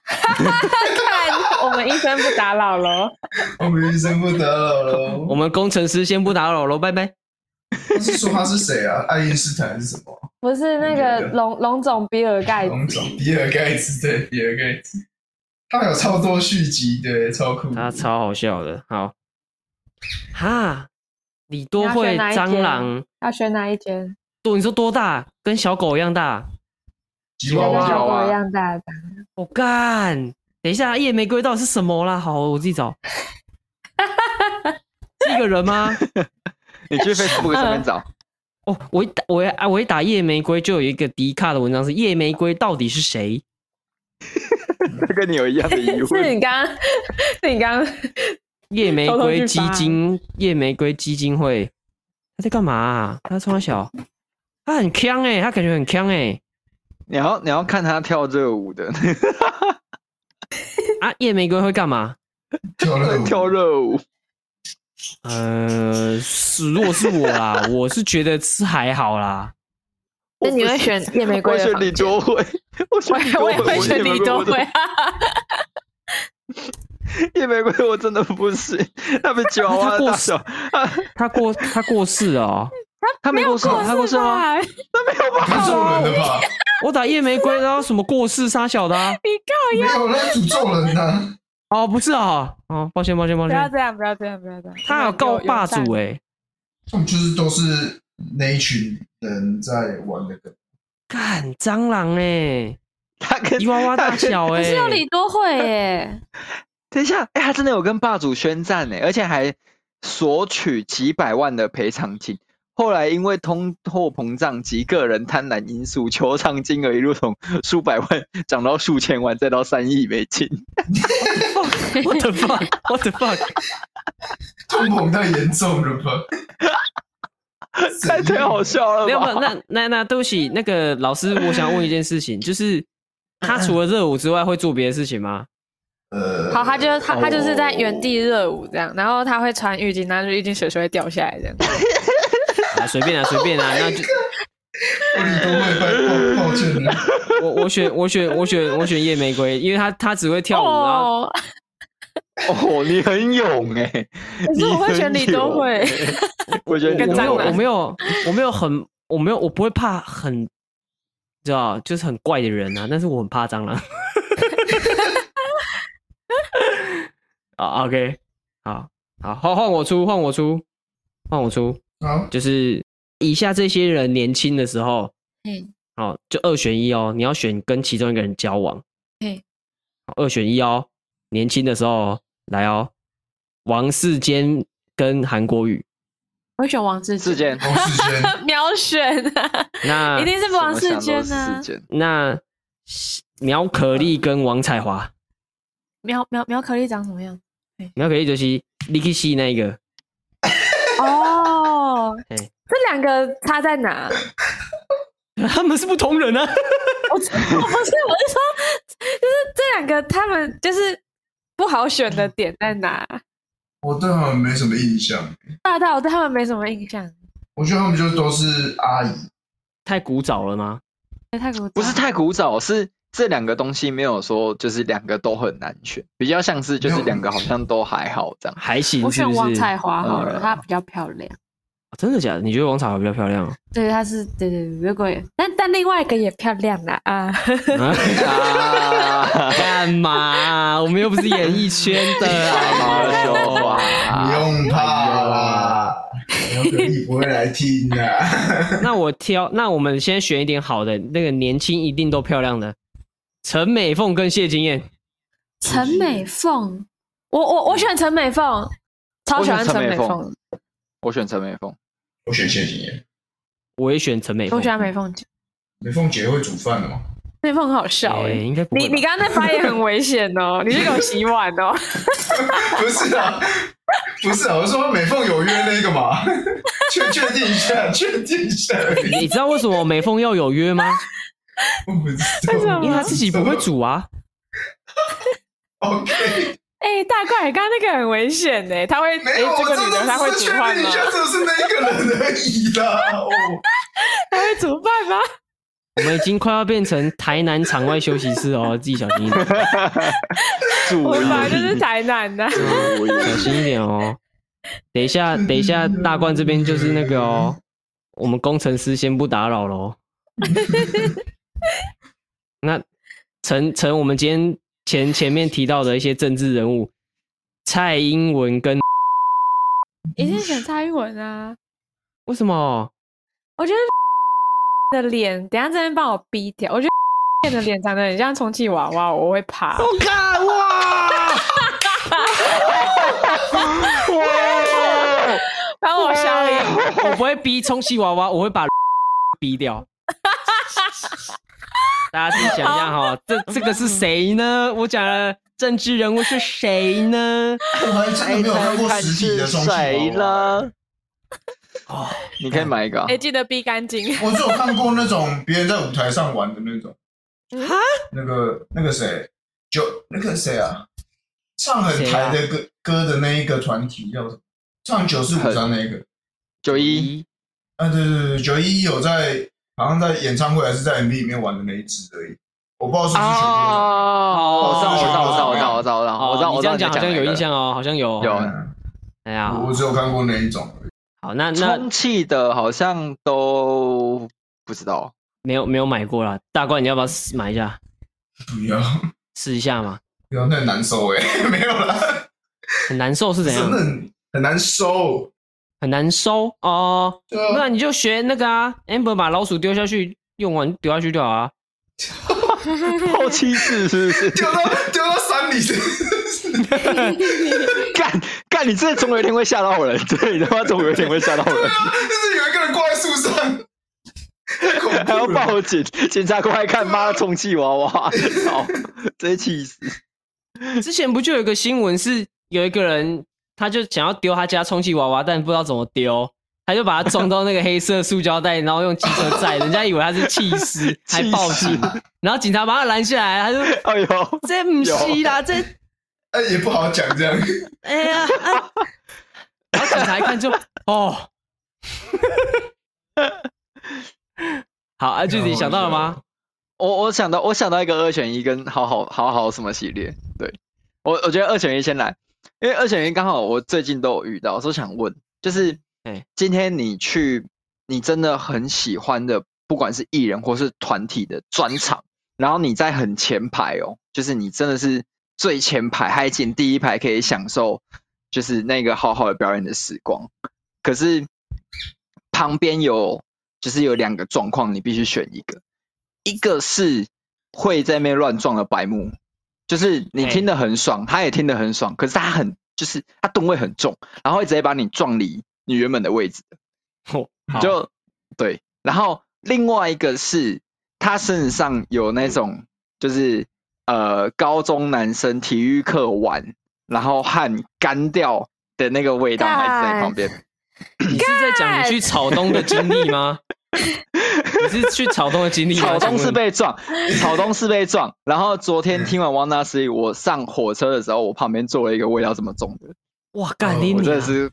看，我们医生不打扰喽。 我们医生不打扰喽。 我们工程师先不打扰喽，拜拜。 他是说他是谁啊？爱因斯坦是什么？ 不是那个龙总比尔盖茨。 龙总比尔盖茨，对，比尔盖茨。他有超多续集，对，超酷。 他超好笑的。好，李多惠蟑螂要选哪一间？ 你说多大？跟小狗一样大？ 吉娃娃跟小狗一样大的。 我干！等一下，夜玫瑰到底是什么啦？好，我自己找。是一个人吗？ 你去 Facebook 上面找。 哦，我一打夜玫瑰，就有一个迪卡的文章是夜玫瑰到底是谁？ 他跟你有一样的疑问。 是你刚刚夜玫瑰基金会，他在干嘛啊？他从小，他很强欸，他感觉很强欸。 你要看他跳热舞的。 夜玫瑰会干嘛？ 跳热舞。 如果是我啦，我是觉得是还好啦。 那你会选夜玫瑰的房间？ 我选李多惠， 我也会选李多惠。 夜玫瑰我真的不行，他比吉娃娃大小。 他过世了哦。 他没过世，他过世吗？他没有吧？ 诅咒人的吧？ 我打夜玫瑰，然后什么过世杀小的啊？ 你告没有，那诅咒人啊！ 哦，不是啊，哦，抱歉。不要这样。 他还有告霸主欸。 他们都是那一群人在玩的梗。 干蟑螂欸， 他跟吉娃娃大小欸， 可是有李多惠耶。 等一下，他真的有跟霸主宣战欸，而且还索取几百万的赔偿金。后来因为通货膨胀及个人贪婪因素，求偿金额一路从数百万涨到数千万，再到3亿美金。 What the fuck？ 通膨太严重了吧？ 太好笑了吧？ 没有，那对不起，那个老师，我想问一件事情，就是他除了热舞之外，会做别的事情吗？ 好，他就是在原地热舞这样，然后他会穿浴巾，然后就浴巾水会掉下来这样。 随便啊，那就李多惠爆歉了。 我选夜玫瑰，因为他只会跳舞，然后哦，你很勇哎、 可是我会选李多惠， 我觉得跟蟑螂我不会怕很，知道就是很怪的人啊，但是我很怕蟑螂。啊 ，OK， 好，换我出， 好， 就是以下这些人年轻的时候，好，就2选1哦，你要选跟其中一个人交往，好，2选1哦，年轻的时候来哦，王世坚跟韩国瑜， 我会选王世坚， 王世坚， 秒选啊， 那一定是王世坚啊， 那苗可丽跟王彩华， 苗可丽长什么样？ 苗可丽就是你去戏那个， 哦，这两个差在哪？ 他们是不同人啊。 我是说，就是这两个他们就是不好选的点在哪？ 我对他们没什么印象。 我对他们没什么印象。 我觉得他们就都是阿姨。 太古早了吗？ 太古早不是太古早，是这两个东西没有说就是两个都很难选，比较像是就是两个好像都还好这样。 还行是不是， 我选王彩华好了，她比较漂亮。 真的假的？你觉得王彩华比较漂亮哦？ 对，她是对，如果但另外一个也漂亮啦啊！ 干嘛？我们又不是演艺圈的啊！ 说话， 不用怕啦，苗可丽不会来听的。 那我们先选一点好的，那个年轻一定都漂亮的，陈美凤跟谢金燕。 陈美凤，我选陈美凤，超喜欢陈美凤。 我选陈美凤。 我选谢金燕， 我也选陈美凤。 我喜欢美凤姐。 美凤姐会煮饭的吗？ 美凤很好笑应该不会。 你刚刚那发言很危险哦，你去给我洗碗哦。 不是啊，我说美凤有约那个嘛，确定一下。 你知道为什么美凤要有约吗？ 我不知道， 因为她自己不会煮啊。 OK。 大怪，刚刚那个很危险呢，他会这个女的她会煮饭吗？ 这是那个人而已啦。 她会煮饭吗？ 我们已经快要变成台南场外休息室哦，自己小心一点。 我本来就是台南的， 小心一点哦。等一下，大冠这边就是那个哦，我们工程师先不打扰咯。那陈我们今天前面提到的一些政治人物，蔡英文跟一定选蔡英文啊？ 为什么？ 我觉得的脸，等一下这边帮我逼掉。我觉得的脸长得很像充气娃娃，我会怕。 我靠！哇！ 帮我消音。 我不会逼充气娃娃，我会把逼掉。大家自己想一下哈，这个是谁呢？我讲了政治人物是谁呢？ 我还真的没有看过实体的充气娃娃。 哦，你可以买一个。 记得逼干净。 我只有看过那种别人在舞台上玩的那种。 哈？ 那个谁，那个谁啊，唱很台的歌的那一个团体叫什么？唱943那个。 91。 对，91有在。好像在演唱会还是在 MV 里面玩的那一支而已，我不知道是不是全部。 我知道， 你这样讲好像有印象哦，好像有。哎呀， 我只有看过那一种而已。 好，那充气的好像都不知道， 没有买过啦。大冠，你要不要买一下？ 不要， 试一下嘛。 不要，那很难收没有啦。 很难受是怎样？ 很难收。 很难收哦，那你就学那个啊 ，Amber 把老鼠丢下去，用完丢下去就好啊。 抛弃式是不是？ 丢到山里是不是？ 干！你真的总有一天会吓到人，对，你他妈总有一天会吓到人。 对啊，就是有一个人挂在树上， 还要报警，警察过来看，妈的充气娃娃，操，直接气死！ 之前不就有一个新闻是有一个人。他就想要丢他家充气娃娃，但不知道怎么丢，他就把它装到那个黑色塑胶袋，然后用机车载，人家以为他是弃尸，还报警，然后警察把他拦下来，他就哎呦， 这不是啦，这也不好讲这样， 哎呀，然后警察一看就哦，好，具体想到了吗？ 我想到一个2选1跟好好什么系列，对我觉得2选1先来，因为2选1刚好我最近都有遇到，所以想问，就是今天你真的很喜欢的，不管是艺人或是团体的专场，然后你在很前排哦，就是你真的是最前排，还进第一排可以享受就是那个好好的表演的时光，可是旁边有2个状况，你必须选一个。一个是会在那边乱撞的白目，就是你听得很爽，他也听得很爽，可是他吨位很重，然后会直接把你撞离你原本的位置就对。然后另外一个是他身上有那种就是高中男生体育课玩，然后汗干掉的那个味道还在旁边。 你是在讲你去草东的经历吗？你是去草东的经历吗？ 草东是被撞，然后昨天听完 Wanda Three， 我上火车的时候，我旁边坐了一个味道这么重的。 哇，干你！ 我真的是，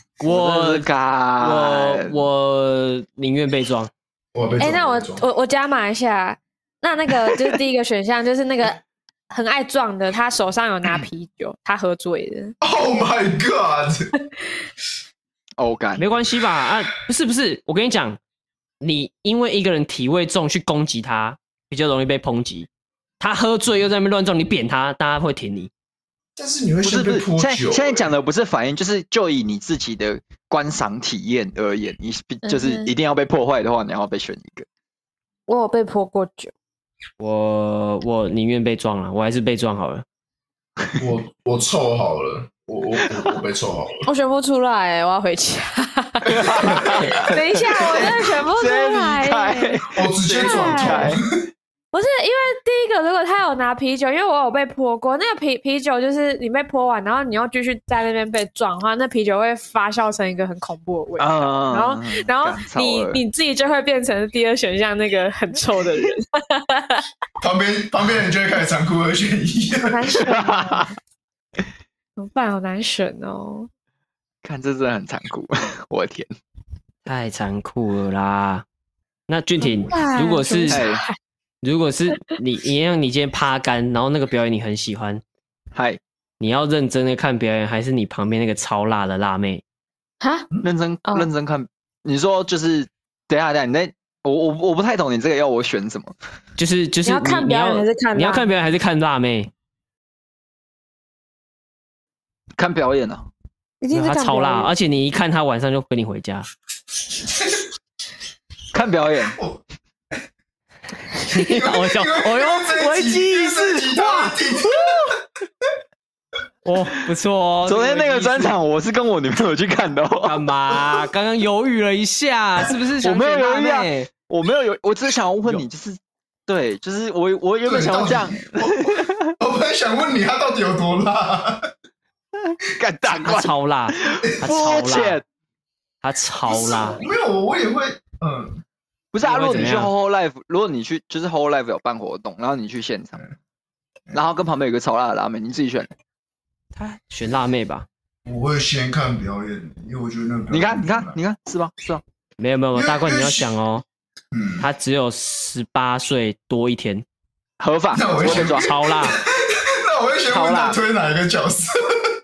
我宁愿被撞。 那我加码一下，那个就是第一个选项，就是那个很爱撞的，他手上有拿啤酒，他喝醉的。 Oh my god！ 哦，干， 没关系吧？啊，不是，我跟你讲。你因为一个人体味重去攻击他，比较容易被抨击。他喝醉又在那边乱撞，你扁他，大家会挺你。 但是你会先被泼酒。 现在讲的不是反应，就以你自己的观赏体验而言，你就是一定要被破坏的话，你要被选一个。 我有被泼过酒。 我宁愿被撞了，我还是被撞好了。 我臭好了。我被臭好了， 我选不出来，我要回家。等一下，我真的选不出来。 我直接转头。 不是因为第一个，如果他有拿啤酒，因为我有被泼过，那个啤酒就是你被泼完，然后你又继续在那边被撞的话，那啤酒会发酵成一个很恐怖的味道，然后你自己就会变成第2选项那个很臭的人。 旁边人就会开始残酷2选1。 好难选怎么办？好难选哦！ 看这真的很残酷，我的天， 太残酷了啦！那俊廷，如果是你今天趴干，然后那个表演你很喜欢，你要认真的看表演，还是你旁边那个超辣的辣妹？ 认真看。你说就是等一下，你在我不太懂你这个要我选什么？ 就是你要看表演还是看？ 你要看表演还是看辣妹？ 看表演啊， 他超辣，而且你一看他晚上就跟你回家。 看表演， 我笑，危机意识，哇，哦，不错哦。 昨天那个专场我是跟我女朋友去看的哦。 干嘛？刚刚犹豫了一下，是不是？ 我没有犹豫啊，我没有犹，我只是想要问你，对，就是我原本想要这样。 我本来想问你，他到底有多辣？ 干大他超辣，他超辣。 没有，我也会， 不是啊，如果你去 Whole Life， 如果你去就是 Whole Life 有办活动，然后你去现场，然后跟旁边有个超辣的辣妹，你自己选。 他选辣妹吧。 我会先看表演，因为我觉得那个。 你看，是吧？ 没有，大冠你要想哦，他只有18岁多1天， 合法。 那我会选超辣。 那我会先问他推哪一个角色。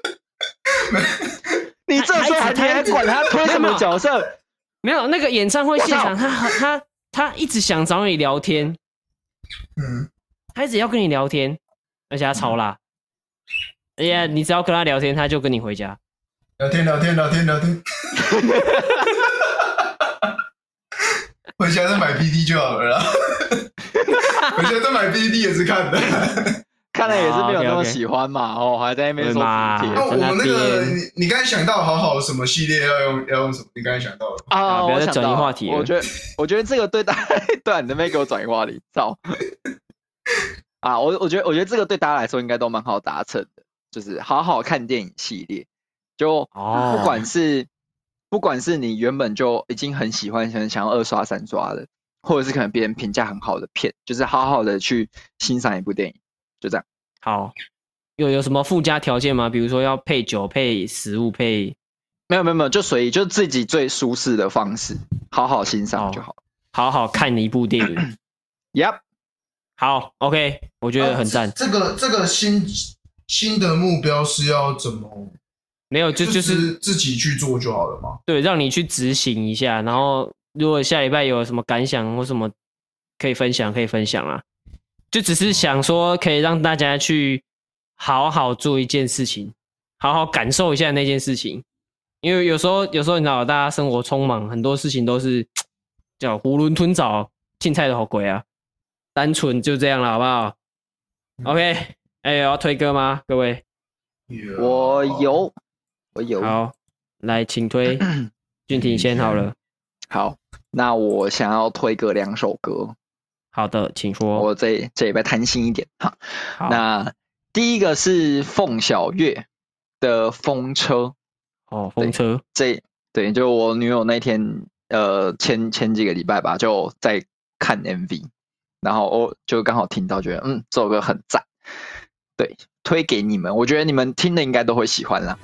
你这时候还管他推什么角色？ 没有，那个演唱会现场，他一直想找你聊天，他一直要跟你聊天，而且他超辣。哎呀，你只要跟他聊天，他就跟你回家。 聊天。回家再买 BD 就好了啦。回家再买 BD 也是看的。 看了也是没有那么喜欢嘛，还在那边说服帖。 我们那个你刚才想到好好什么系列要用什么？你刚才想到的啊？不要再转移话题了。 我觉得这个对大家对你那边给我转移话题，操！啊，我觉得这个对大家来说应该都蛮好达成的，就是好好看电影系列，就不管是你原本就已经很喜欢，想要2刷3刷的，或者是可能别人评价很好的片，就是好好的去欣赏一部电影。就这样。 好，有什么附加条件吗？比如说要配酒、配食物、配…… 没有，就随意，就自己最舒适的方式，好好欣赏就好。 好好看一部电影。 Yep， 好 ，OK， 我觉得很赞。 这个新的目标是要怎么？ 没有，就是自己去做就好了嘛。 对，让你去执行一下，然后如果下礼拜有什么感想或什么可以分享啦。就只是想说，可以让大家去好好做一件事情，好好感受一下那件事情。因为有时候你知道，大家生活匆忙，很多事情都是叫囫囵吞枣，青菜的好鬼啊。单纯就这样了，好不好？OK， 要推歌吗？各位， 我有。 好，来，请推。俊廷先好了。 好，那我想要推个2首歌。 好的，请说。 我这礼拜贪心一点哈。 好， 那第一个是凤小岳的《风车》。 哦，风车。 对，就我女友那天前几个礼拜吧，就在看 MV， 然后我就刚好听到，觉得这首歌很赞，对，推给你们，我觉得你们听的应该都会喜欢啦。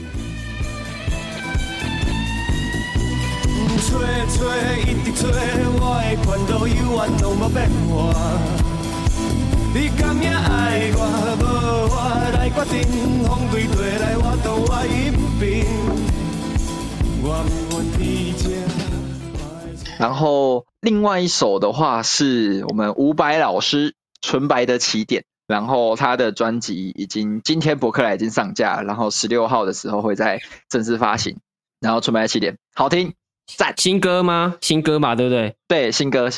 吹一直吹，我的烦恼永远拢无变化。你敢也爱我，无我来决定，风对地来，我当我一边。我不愿理解。然后另外一首的话是我们伍佰老师《纯白的起点》，然后他的专辑今天博客来已经上架，然后16号的时候会在正式发行。然后《纯白的起点》好听。赞， 新歌吗？新歌嘛，对不对？ 对，新歌。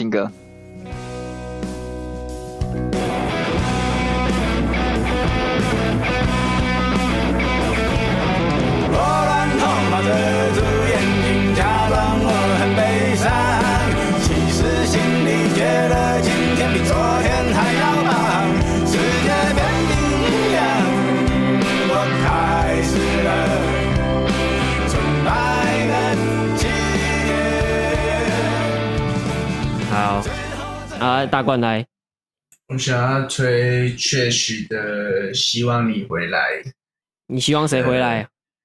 其实心里觉得今天比昨天还要棒，世界变明亮，我开始了纯白的起点。好啊，大冠来。 我想要推确实的《希望你回来》。 你希望谁回来？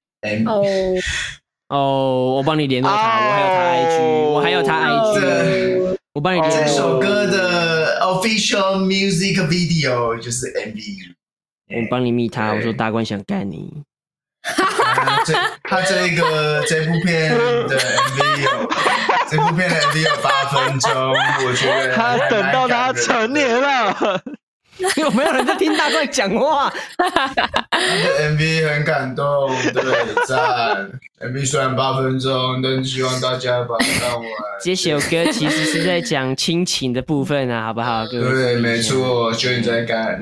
我帮你联络他，我还有他 IG，我帮你联络。 这首歌的 official music video 就是 MV， 我帮你密他，我说大冠想干你。 他这部片的 MV 这部片的 MV 有8分钟，我觉得他等到他成年了。 有没有人在听大冠讲话？ 他的 MV 很感动，对，赞。MV 虽然8分钟，但希望大家把它看完。 这首歌其实是在讲亲情的部分啊，好不好？ 对，没错，就你在干。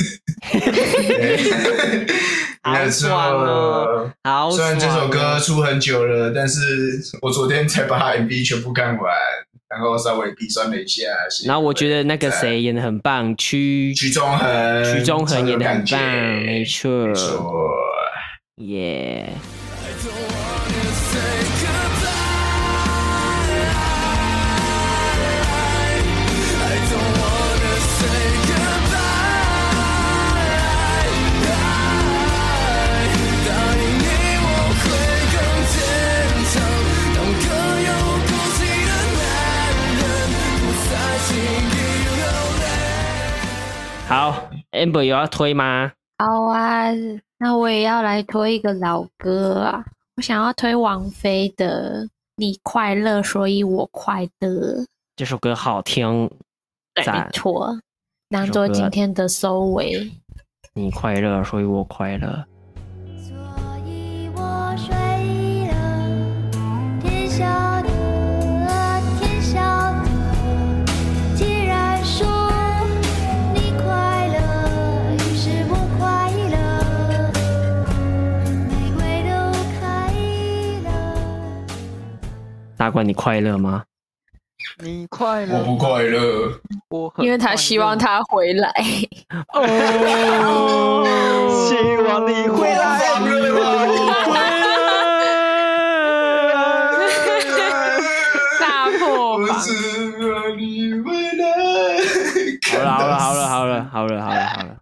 好爽哦！好爽。 虽然这首歌出很久了，但是我昨天才把它 MV 全部看完。然后稍微鼻酸了一下， 然后我觉得那个谁演得很棒，曲中恒演得很棒，没错，耶。好 ，Amber 有要推吗？ 好啊，那我也要来推一个老歌啊！我想要推王菲的《你快乐，所以我快乐》。 这首歌好听， 没错，当做今天的收尾。 你快乐，所以我快乐。 所以我睡了，天晓得，天晓得。既然说你快乐，于是我快乐，玫瑰都开了。 大冠，你快乐吗？ 你快乐， 我不快乐， 因为他希望他回来。 哦，希望你回来， 大破防。 好了。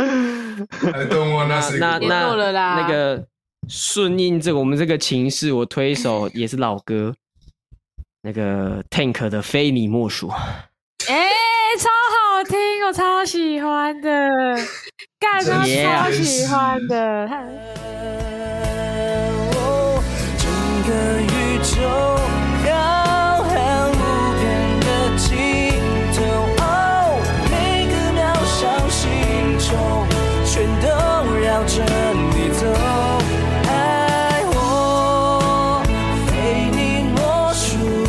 那个顺应这个我们这个情势，我推一首也是老歌。那个 Tank 的非你莫属， 超好听我超喜欢的，干他超喜欢的。 整个宇宙浩瀚无边的尽头，每个渺小星球全都绕着你走，爱我非你莫属，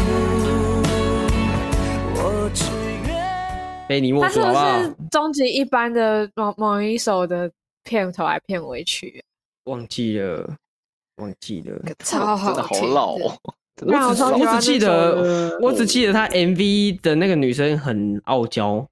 我只愿非你莫它是不属好不好？ 是终极一班的某一首的片头还片尾曲？ 忘记了。 超好真的好听老哦。 我只记得得， 他 MV 的那个女生很傲娇，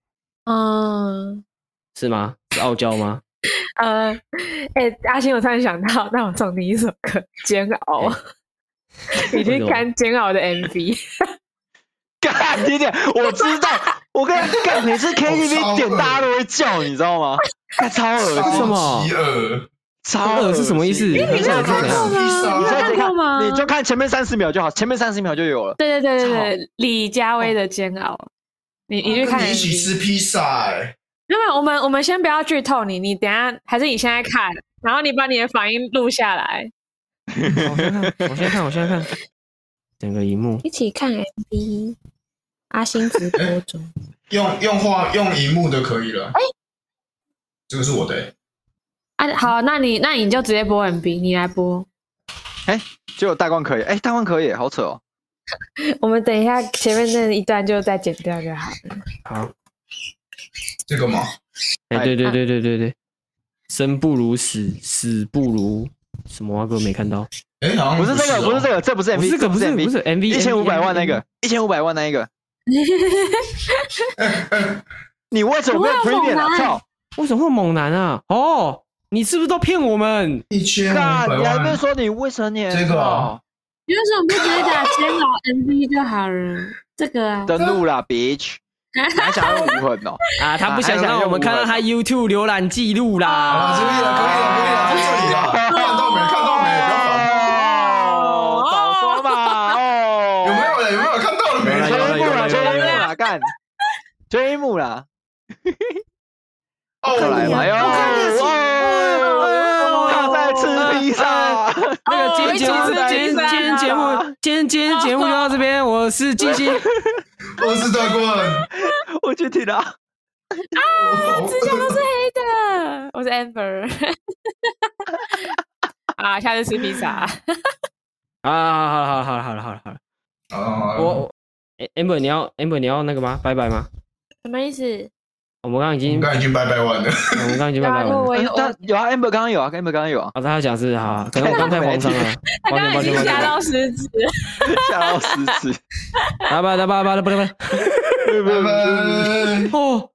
是吗？是傲娇吗？ 阿星，我突然想到，那我送你一首歌《煎熬》，你去看《煎熬》的 MV。 干你点，我知道，我跟你干，每次 KTV 点大家都会叫，你知道吗？干超恶心， 什么极恶， 超恶是什么意思？ 你没有看过吗？你没有看过吗？ 你就看前面30秒就好，前面30秒就有了。 对，李佳薇的《煎熬》，你去看 MV。 你一起吃披萨没有，我们先不要剧透你等一下，还是你现在看，然后你把你的反应录下来。 我先看，整个荧幕一起看 MV， 阿星直播中。 用荧幕的可以了。这个是我的。 好，那你就直接播 MV， 你来播。 只有大光可以，大光可以，好扯哦。 我们等一下前面那一段就再剪掉就好了。 好。 这个吗？ 对，生不如死，死不如什么啊？哥没看到。 好像不是这个，不是这个，这不是 MV， 不是 MV， 1500万那个，1500万那一个。你为什么没有 premium 啊？操！ 为什么会有猛男啊？哦，你是不是都骗我们 ？1500万， 你还没说你未成年？ 这个你为什么不直接打煎熬 MV 就好了？这个啊， 登录啦 ，bitch！ 你还想用无痕哦？ 啊，他不想让我们看到他 YouTube 浏览记录啦。 可以了，在这里啦，看到没？不要烦。 早说嘛！哦， 有没有看到了没？ 追一幕啦，干！追一幕啦！再来吧！他在吃披萨。 那个今天节目就到这边，我是金星， 我是大冠， 我去听了。 指甲都是黑的，我是 Amber。啊，下次吃披萨。 好了。我 Amber 你要那个吗？拜拜吗？ 什么意思？ 我们刚刚已经拜拜完了。 我们刚刚已经拜拜完了。 有啊 ，Amber 刚刚有啊 ，Amber 刚刚有啊。 他讲是好，可能我刚太慌张了， 他刚刚已经吓到失职， 吓到失职。 拜拜。哦。